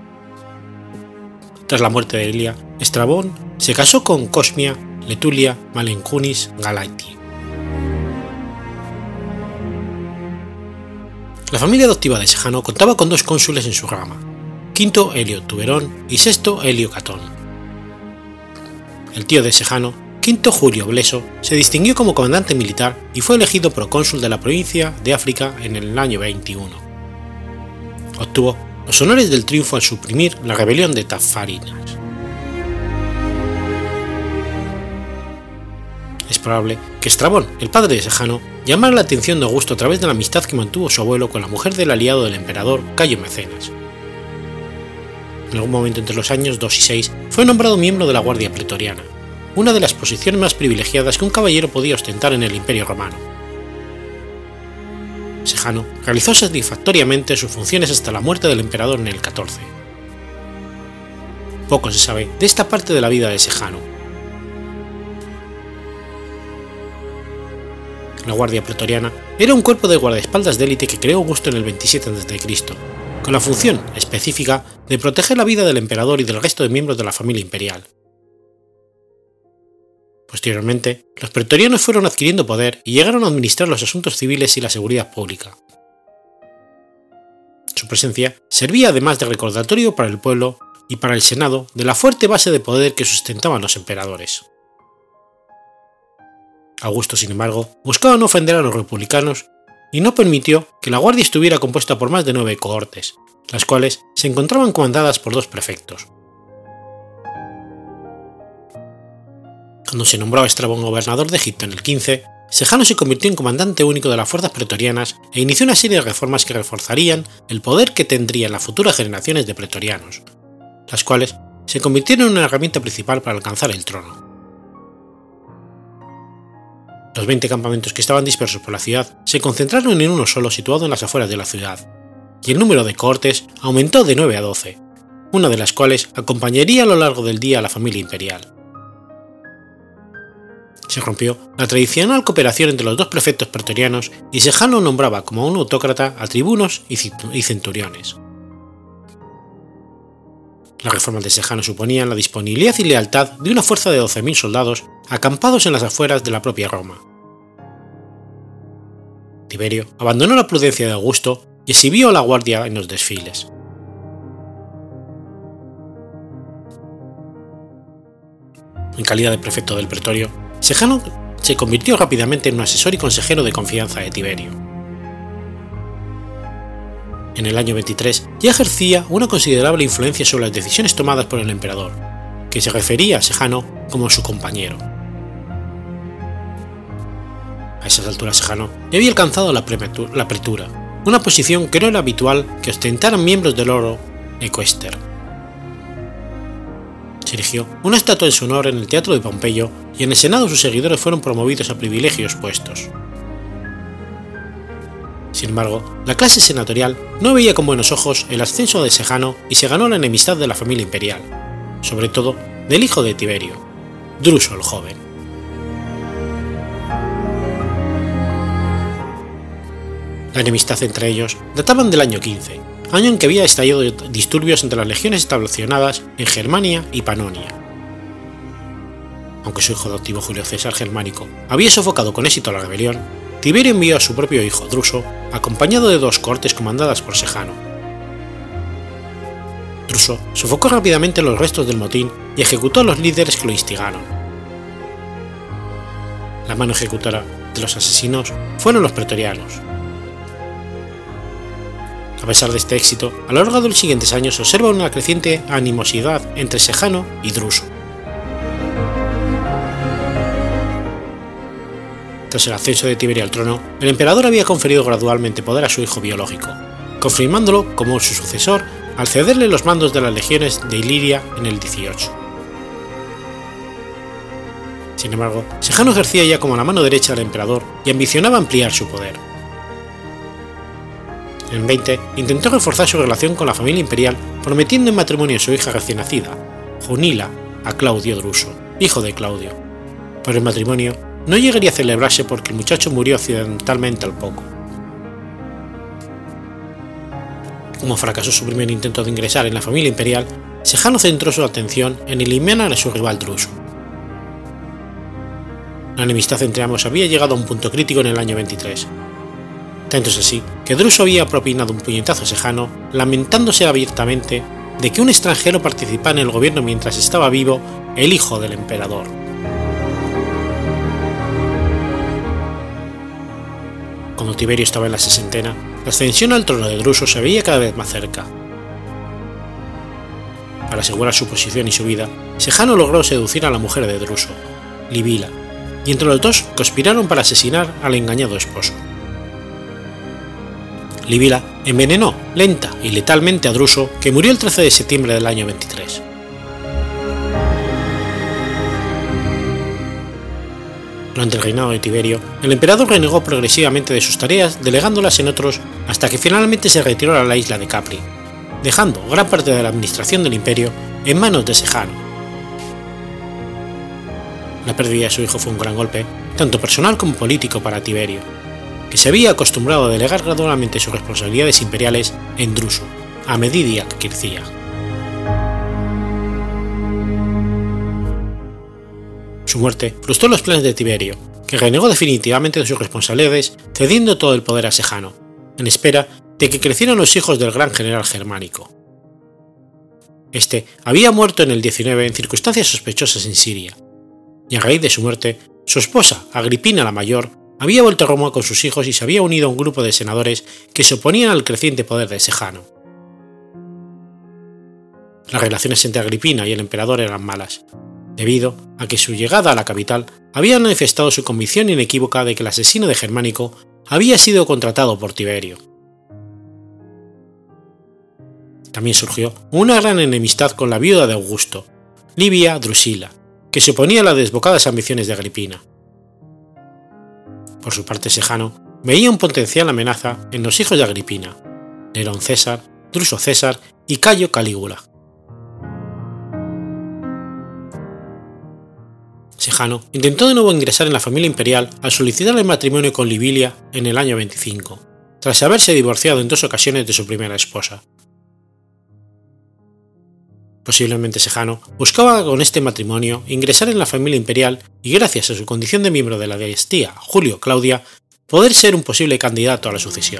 Tras la muerte de Elia, Estrabón se casó con Cosmia Letulia Malencunis Galatii. La familia adoptiva de Sejano contaba con dos cónsules en su rama, Quinto Elio Tuberón y Sexto Elio Catón. El tío de Sejano, Quinto Julio Bleso, se distinguió como comandante militar y fue elegido procónsul de la provincia de África en el año 21. Obtuvo los honores del triunfo al suprimir la rebelión de Tafarinas. Es probable que Estrabón, el padre de Sejano, llamara la atención de Augusto a través de la amistad que mantuvo su abuelo con la mujer del aliado del emperador, Cayo Mecenas. En algún momento entre los años 2 y 6 fue nombrado miembro de la Guardia Pretoriana, una de las posiciones más privilegiadas que un caballero podía ostentar en el Imperio Romano. Sejano realizó satisfactoriamente sus funciones hasta la muerte del emperador en el 14. Poco se sabe de esta parte de la vida de Sejano. La Guardia Pretoriana era un cuerpo de guardaespaldas de élite que creó Augusto en el 27 a.C., con la función específica de proteger la vida del emperador y del resto de miembros de la familia imperial. Posteriormente, los pretorianos fueron adquiriendo poder y llegaron a administrar los asuntos civiles y la seguridad pública. Su presencia servía además de recordatorio para el pueblo y para el Senado de la fuerte base de poder que sustentaban los emperadores. Augusto, sin embargo, buscaba no ofender a los republicanos y no permitió que la guardia estuviera compuesta por más de 9 cohortes, las cuales se encontraban comandadas por 2 prefectos. Cuando se nombró a Estrabón gobernador de Egipto en el 15, Sejano se convirtió en comandante único de las fuerzas pretorianas e inició una serie de reformas que reforzarían el poder que tendrían las futuras generaciones de pretorianos, las cuales se convirtieron en una herramienta principal para alcanzar el trono. Los 20 campamentos que estaban dispersos por la ciudad se concentraron en uno solo situado en las afueras de la ciudad, y el número de cohortes aumentó de 9 a 12, una de las cuales acompañaría a lo largo del día a la familia imperial. Se rompió la tradicional cooperación entre los 2 prefectos pretorianos y Sejano nombraba como un autócrata a tribunos y centuriones. Las reformas de Sejano suponían la disponibilidad y lealtad de una fuerza de 12.000 soldados acampados en las afueras de la propia Roma. Tiberio abandonó la prudencia de Augusto y exhibió a la guardia en los desfiles. En calidad de prefecto del pretorio, Sejano se convirtió rápidamente en un asesor y consejero de confianza de Tiberio. En el año 23 ya ejercía una considerable influencia sobre las decisiones tomadas por el emperador, que se refería a Sejano como su compañero. A esas alturas Sejano ya había alcanzado la pretura, una posición que no era habitual que ostentaran miembros del oro ecuester. Se erigió una estatua en su honor en el Teatro de Pompeyo y en el Senado sus seguidores fueron promovidos a privilegios puestos. Sin embargo, la clase senatorial no veía con buenos ojos el ascenso de Sejano y se ganó la enemistad de la familia imperial, sobre todo del hijo de Tiberio, Druso el joven. La enemistad entre ellos databan del año 15, año en que había estallado disturbios entre las legiones estacionadas en Germania y Panonia. Aunque su hijo adoptivo Julio César Germánico había sofocado con éxito la rebelión, Tiberio envió a su propio hijo Druso, acompañado de 2 cohortes comandadas por Sejano. Druso sofocó rápidamente los restos del motín y ejecutó a los líderes que lo instigaron. La mano ejecutora de los asesinos fueron los pretorianos. A pesar de este éxito, a lo largo de los siguientes años se observa una creciente animosidad entre Sejano y Druso. Tras el ascenso de Tiberio al trono, el emperador había conferido gradualmente poder a su hijo biológico, confirmándolo como su sucesor al cederle los mandos de las legiones de Iliria en el 18. Sin embargo, Sejano ejercía ya como la mano derecha del emperador y ambicionaba ampliar su poder. En 20 intentó reforzar su relación con la familia imperial prometiendo en matrimonio a su hija recién nacida, Junila, a Claudio Druso, hijo de Claudio. Pero el matrimonio no llegaría a celebrarse porque el muchacho murió accidentalmente al poco. Como fracasó su primer intento de ingresar en la familia imperial, Sejano centró su atención en eliminar a su rival Druso. La enemistad entre ambos había llegado a un punto crítico en el año 23. Tanto es así que Druso había propinado un puñetazo a Sejano, lamentándose abiertamente de que un extranjero participara en el gobierno mientras estaba vivo el hijo del emperador. Cuando Tiberio estaba en la sesentena, la ascensión al trono de Druso se veía cada vez más cerca. Para asegurar su posición y su vida, Sejano logró seducir a la mujer de Druso, Livila, y entre los dos conspiraron para asesinar al engañado esposo. Livila envenenó lenta y letalmente a Druso, que murió el 13 de septiembre del año 23. Durante el reinado de Tiberio, el emperador renegó progresivamente de sus tareas, delegándolas en otros hasta que finalmente se retiró a la isla de Capri, dejando gran parte de la administración del imperio en manos de Sejano. La pérdida de su hijo fue un gran golpe, tanto personal como político para Tiberio, que se había acostumbrado a delegar gradualmente sus responsabilidades imperiales en Druso, a medida que crecía. Su muerte frustró los planes de Tiberio, que renegó definitivamente de sus responsabilidades, cediendo todo el poder a Sejano, en espera de que crecieran los hijos del gran general germánico. Este había muerto en el 19 en circunstancias sospechosas en Siria, y a raíz de su muerte, su esposa, Agripina la Mayor, había vuelto a Roma con sus hijos y se había unido a un grupo de senadores que se oponían al creciente poder de Sejano. Las relaciones entre Agripina y el emperador eran malas, debido a que su llegada a la capital había manifestado su convicción inequívoca de que el asesino de Germánico había sido contratado por Tiberio. También surgió una gran enemistad con la viuda de Augusto, Livia Drusila, que se oponía a las desbocadas ambiciones de Agripina. Por su parte, Sejano veía una potencial amenaza en los hijos de Agripina, Nerón César, Druso César y Cayo Calígula. Sejano intentó de nuevo ingresar en la familia imperial al solicitar el matrimonio con Livilia en el año 25, tras haberse divorciado en 2 ocasiones de su primera esposa. Posiblemente Sejano buscaba con este matrimonio ingresar en la familia imperial y, gracias a su condición de miembro de la dinastía Julio-Claudia, poder ser un posible candidato a la sucesión.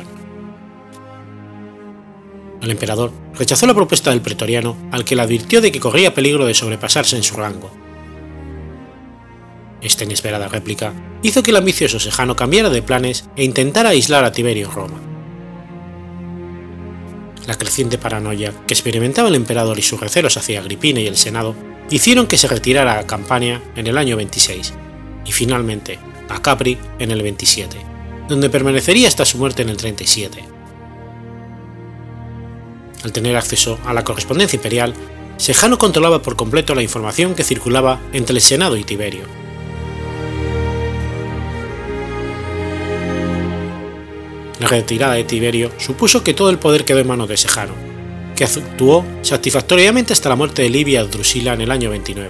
El emperador rechazó la propuesta del pretoriano, al que le advirtió de que corría peligro de sobrepasarse en su rango. Esta inesperada réplica hizo que el ambicioso Sejano cambiara de planes e intentara aislar a Tiberio en Roma. La creciente paranoia que experimentaba el emperador y sus recelos hacia Agripina y el Senado hicieron que se retirara a Campania en el año 26 y finalmente a Capri en el 27, donde permanecería hasta su muerte en el 37. Al tener acceso a la correspondencia imperial, Sejano controlaba por completo la información que circulaba entre el Senado y Tiberio. La retirada de Tiberio supuso que todo el poder quedó en manos de Sejano, que actuó satisfactoriamente hasta la muerte de Livia Drusila en el año 29.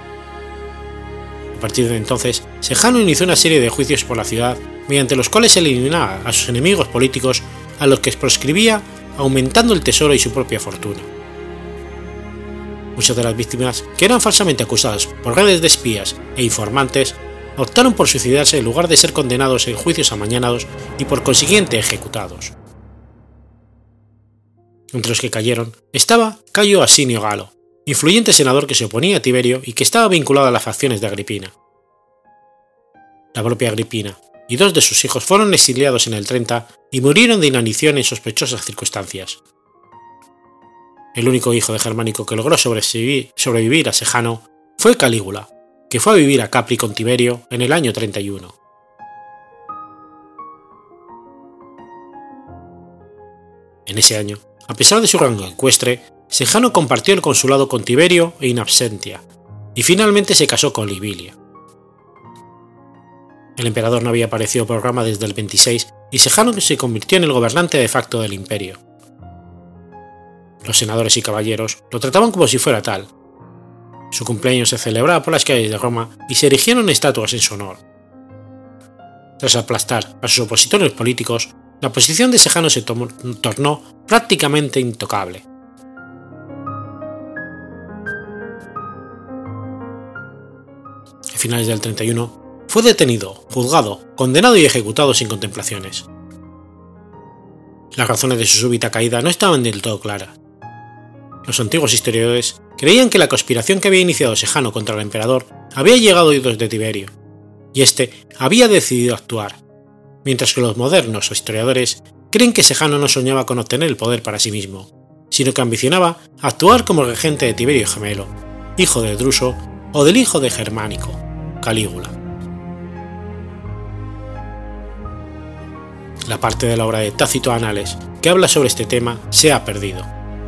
A partir de entonces, Sejano inició una serie de juicios por la ciudad, mediante los cuales eliminaba a sus enemigos políticos a los que proscribía, aumentando el tesoro y su propia fortuna. Muchas de las víctimas, que eran falsamente acusadas por redes de espías e informantes, optaron por suicidarse en lugar de ser condenados en juicios amañados y por consiguiente ejecutados. Entre los que cayeron estaba Cayo Asinio Galo, influyente senador que se oponía a Tiberio y que estaba vinculado a las facciones de Agripina. La propia Agripina y 2 de sus hijos fueron exiliados en el 30 y murieron de inanición en sospechosas circunstancias. El único hijo de Germánico que logró sobrevivir a Sejano fue Calígula, que fue a vivir a Capri con Tiberio en el año 31. En ese año, a pesar de su rango ecuestre, Sejano compartió el consulado con Tiberio e In Absentia, y finalmente se casó con Libilia. El emperador no había aparecido por Roma desde el 26 y Sejano se convirtió en el gobernante de facto del imperio. Los senadores y caballeros lo trataban como si fuera tal. Su cumpleaños se celebraba por las calles de Roma y se erigieron estatuas en su honor. Tras aplastar a sus opositores políticos, la posición de Sejano se tornó prácticamente intocable. A finales del 31 fue detenido, juzgado, condenado y ejecutado sin contemplaciones. Las razones de su súbita caída no estaban del todo claras. Los antiguos historiadores creían que la conspiración que había iniciado Sejano contra el emperador había llegado a oídos de Tiberio, y éste había decidido actuar, mientras que los modernos historiadores creen que Sejano no soñaba con obtener el poder para sí mismo, sino que ambicionaba actuar como regente de Tiberio Gemelo, hijo de Druso o del hijo de Germánico, Calígula. La parte de la obra de Tácito Anales que habla sobre este tema se ha perdido.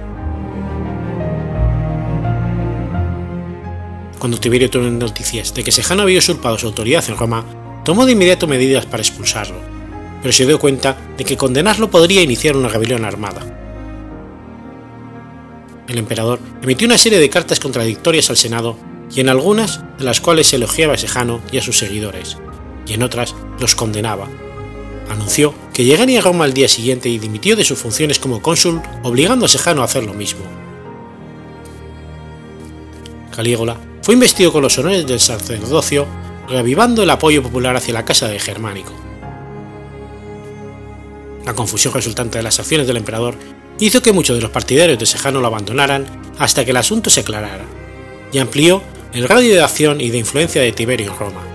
Cuando Tiberio tuvo noticias de que Sejano había usurpado su autoridad en Roma, tomó de inmediato medidas para expulsarlo, pero se dio cuenta de que condenarlo podría iniciar una rebelión armada. El emperador emitió una serie de cartas contradictorias al Senado, y en algunas de las cuales elogiaba a Sejano y a sus seguidores, y en otras los condenaba. Anunció que llegaría a Roma al día siguiente y dimitió de sus funciones como cónsul, obligando a Sejano a hacer lo mismo. Calígula fue investido con los honores del sacerdocio, reavivando el apoyo popular hacia la casa de Germánico. La confusión resultante de las acciones del emperador hizo que muchos de los partidarios de Sejano lo abandonaran hasta que el asunto se aclarara, y amplió el radio de acción y de influencia de Tiberio en Roma.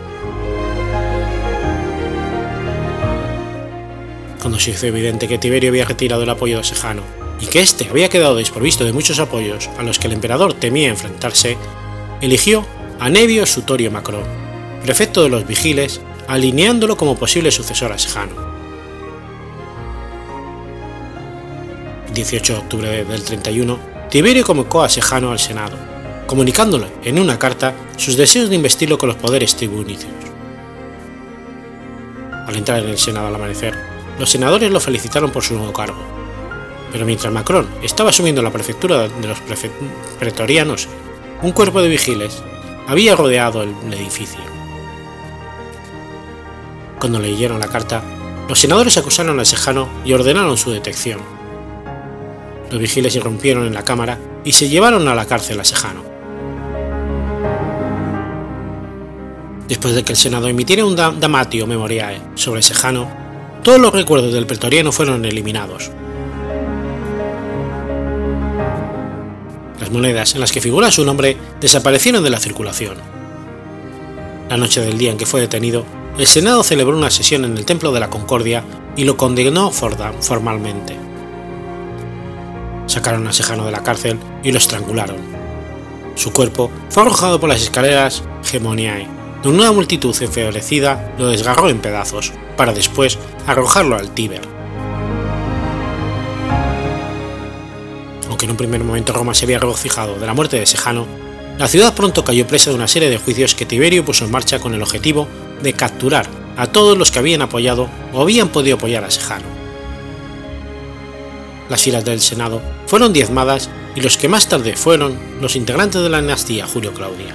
Cuando se hizo evidente que Tiberio había retirado el apoyo de Sejano y que éste había quedado desprovisto de muchos apoyos a los que el emperador temía enfrentarse, eligió a Nevio Sutorio Macrón, prefecto de los vigiles, alineándolo como posible sucesor a Sejano. El 18 de octubre del 31, Tiberio convocó a Sejano al Senado, comunicándole en una carta sus deseos de investirlo con los poderes tribunicios. Al entrar en el Senado al amanecer, los senadores lo felicitaron por su nuevo cargo, pero mientras Macrón estaba asumiendo la prefectura de los pretorianos, un cuerpo de vigiles había rodeado el edificio. Cuando leyeron la carta, los senadores acusaron a Sejano y ordenaron su detección. Los vigiles irrumpieron en la cámara y se llevaron a la cárcel a Sejano. Después de que el Senado emitiera un damatio memoriae sobre Sejano, todos los recuerdos del pretoriano fueron eliminados. Las monedas en las que figura su nombre desaparecieron de la circulación. La noche del día en que fue detenido, el Senado celebró una sesión en el Templo de la Concordia y lo condenó formalmente. Sacaron a Sejano de la cárcel y lo estrangularon. Su cuerpo fue arrojado por las escaleras Gemoniae, donde una multitud enfurecida lo desgarró en pedazos, para después arrojarlo al Tíber. Aunque en un primer momento Roma se había regocijado de la muerte de Sejano, la ciudad pronto cayó presa de una serie de juicios que Tiberio puso en marcha con el objetivo de capturar a todos los que habían apoyado o habían podido apoyar a Sejano. Las filas del Senado fueron diezmadas y los que más tarde fueron los integrantes de la dinastía Julio-Claudia.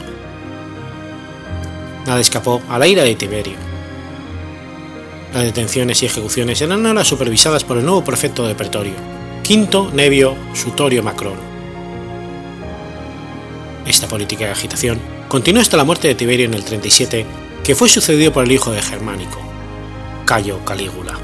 Nada escapó a la ira de Tiberio. Las detenciones y ejecuciones eran ahora supervisadas por el nuevo prefecto de Pretorio, Quinto Nevio Sutorio Macrón. Esta política de agitación continuó hasta la muerte de Tiberio en el 37, que fue sucedido por el hijo de Germánico, Cayo Calígula.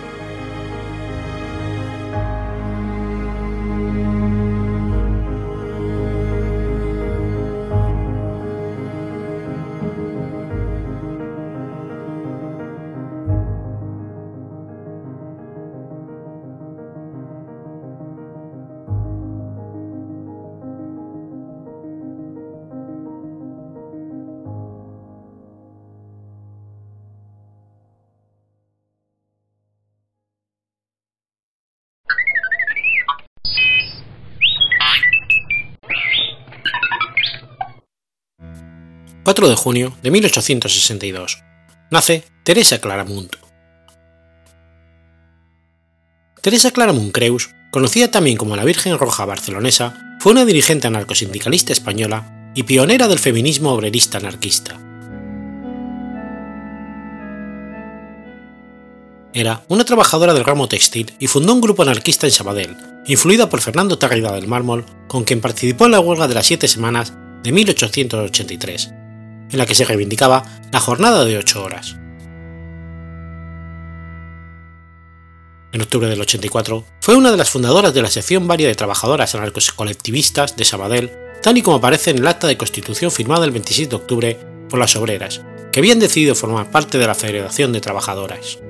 El 4 de junio de 1862 nace Teresa Claramunt. Teresa Claramunt Creus, conocida también como la Virgen Roja barcelonesa, fue una dirigente anarcosindicalista española y pionera del feminismo obrerista anarquista. Era una trabajadora del ramo textil y fundó un grupo anarquista en Sabadell, influida por Fernando Tarrida del Mármol, con quien participó en la huelga de las 7 semanas de 1883, en la que se reivindicaba la jornada de 8 horas. En octubre del 84 fue una de las fundadoras de la sección varia de trabajadoras anarcocolectivistas de Sabadell, tal y como aparece en el acta de constitución firmada el 26 de octubre por las obreras, que habían decidido formar parte de la Federación de Trabajadoras.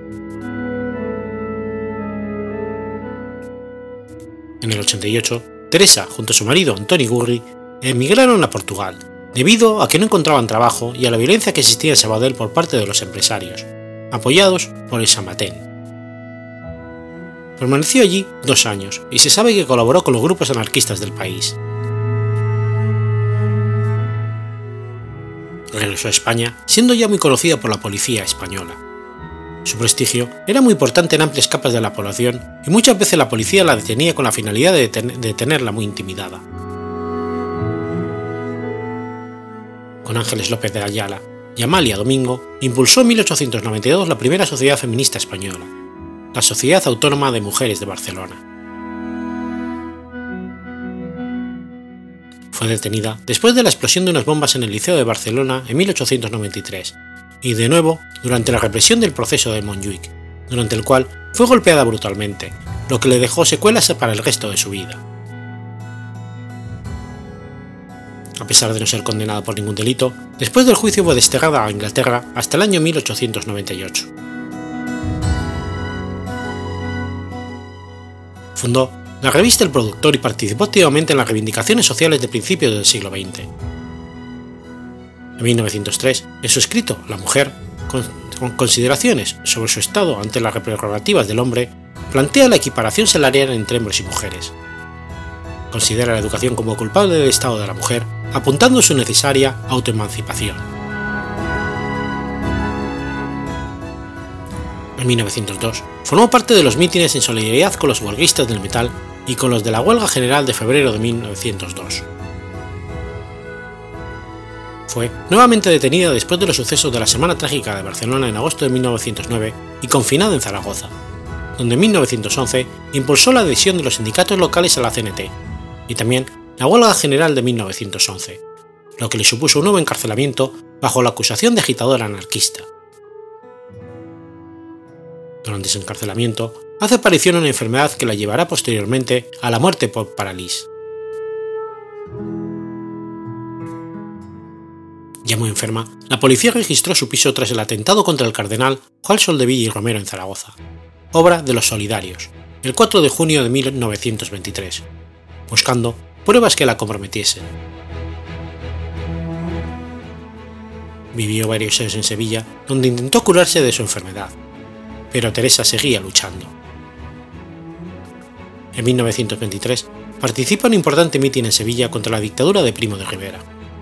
En el 88, Teresa, junto a su marido Antoni Gurri, emigraron a Portugal, debido a que no encontraban trabajo y a la violencia que existía en Sabadell por parte de los empresarios, apoyados por el Samatén. Permaneció allí 2 años y se sabe que colaboró con los grupos anarquistas del país. Regresó a España, siendo ya muy conocida por la policía española. Su prestigio era muy importante en amplias capas de la población y muchas veces la policía la detenía con la finalidad de tenerla muy intimidada. Con Ángeles López de Ayala y Amalia Domingo, impulsó en 1892 la primera sociedad feminista española, la Sociedad Autónoma de Mujeres de Barcelona. Fue detenida después de la explosión de unas bombas en el Liceo de Barcelona en 1893, y de nuevo durante la represión del proceso de Montjuïc, durante el cual fue golpeada brutalmente, lo que le dejó secuelas para el resto de su vida. A pesar de no ser condenada por ningún delito, después del juicio fue desterrada a Inglaterra hasta el año 1898. Fundó la revista El Productor y participó activamente en las reivindicaciones sociales de principios del siglo XX. En 1903, en su escrito La mujer, con consideraciones sobre su estado ante las prerrogativas del hombre, plantea la equiparación salarial entre hombres y mujeres. Considera la educación como culpable del estado de la mujer, apuntando su necesaria autoemancipación. En 1902, formó parte de los mítines en solidaridad con los huelguistas del metal y con los de la Huelga General de febrero de 1902. Fue nuevamente detenida después de los sucesos de la Semana Trágica de Barcelona en agosto de 1909 y confinada en Zaragoza, donde en 1911 impulsó la adhesión de los sindicatos locales a la CNT, y también la Huelga General de 1911, lo que le supuso un nuevo encarcelamiento bajo la acusación de agitadora anarquista. Durante ese encarcelamiento, hace aparición una enfermedad que la llevará posteriormente a la muerte por parálisis. Ya muy enferma, la policía registró su piso tras el atentado contra el cardenal Juan Soldevilla y Romero en Zaragoza, obra de los Solidarios, el 4 de junio de 1923, buscando pruebas que la comprometiesen. Vivió varios años en Sevilla, donde intentó curarse de su enfermedad, pero Teresa seguía luchando. En 1923 participa en un importante mitin en Sevilla contra la dictadura de Primo de Rivera.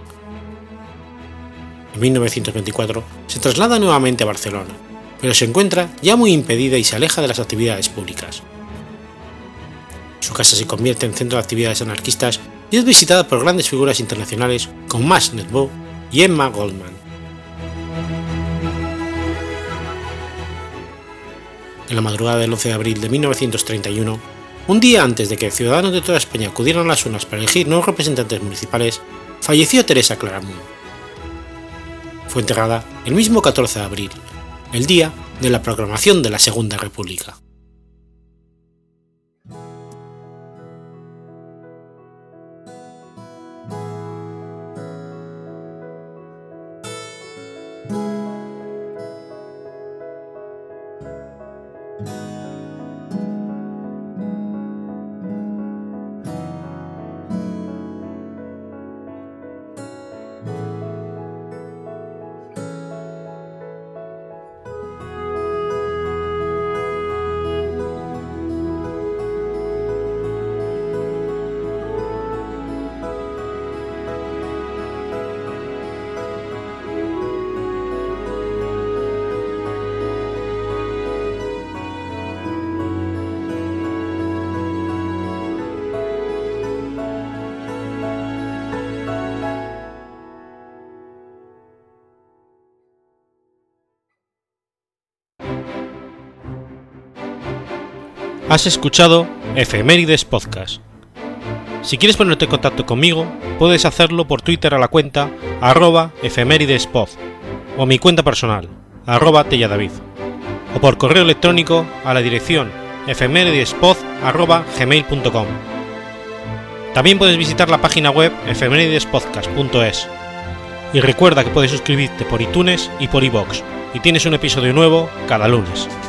En 1924 se traslada nuevamente a Barcelona, pero se encuentra ya muy impedida y se aleja de las actividades públicas. Su casa se convierte en centro de actividades anarquistas y es visitada por grandes figuras internacionales como Max Nedbow y Emma Goldman. En la madrugada del 11 de abril de 1931, un día antes de que ciudadanos de toda España acudieran a las urnas para elegir nuevos representantes municipales, falleció Teresa Claramunt. Fue enterrada el mismo 14 de abril, el día de la proclamación de la Segunda República. Has escuchado Efemérides Podcast. Si quieres ponerte en contacto conmigo, puedes hacerlo por Twitter a la cuenta @efemeridespod o a mi cuenta personal @telladavid, o por correo electrónico a la dirección efemeridespod@gmail.com. También puedes visitar la página web efemeridespodcast.es. Y recuerda que puedes suscribirte por iTunes y por iVoox, y tienes un episodio nuevo cada lunes.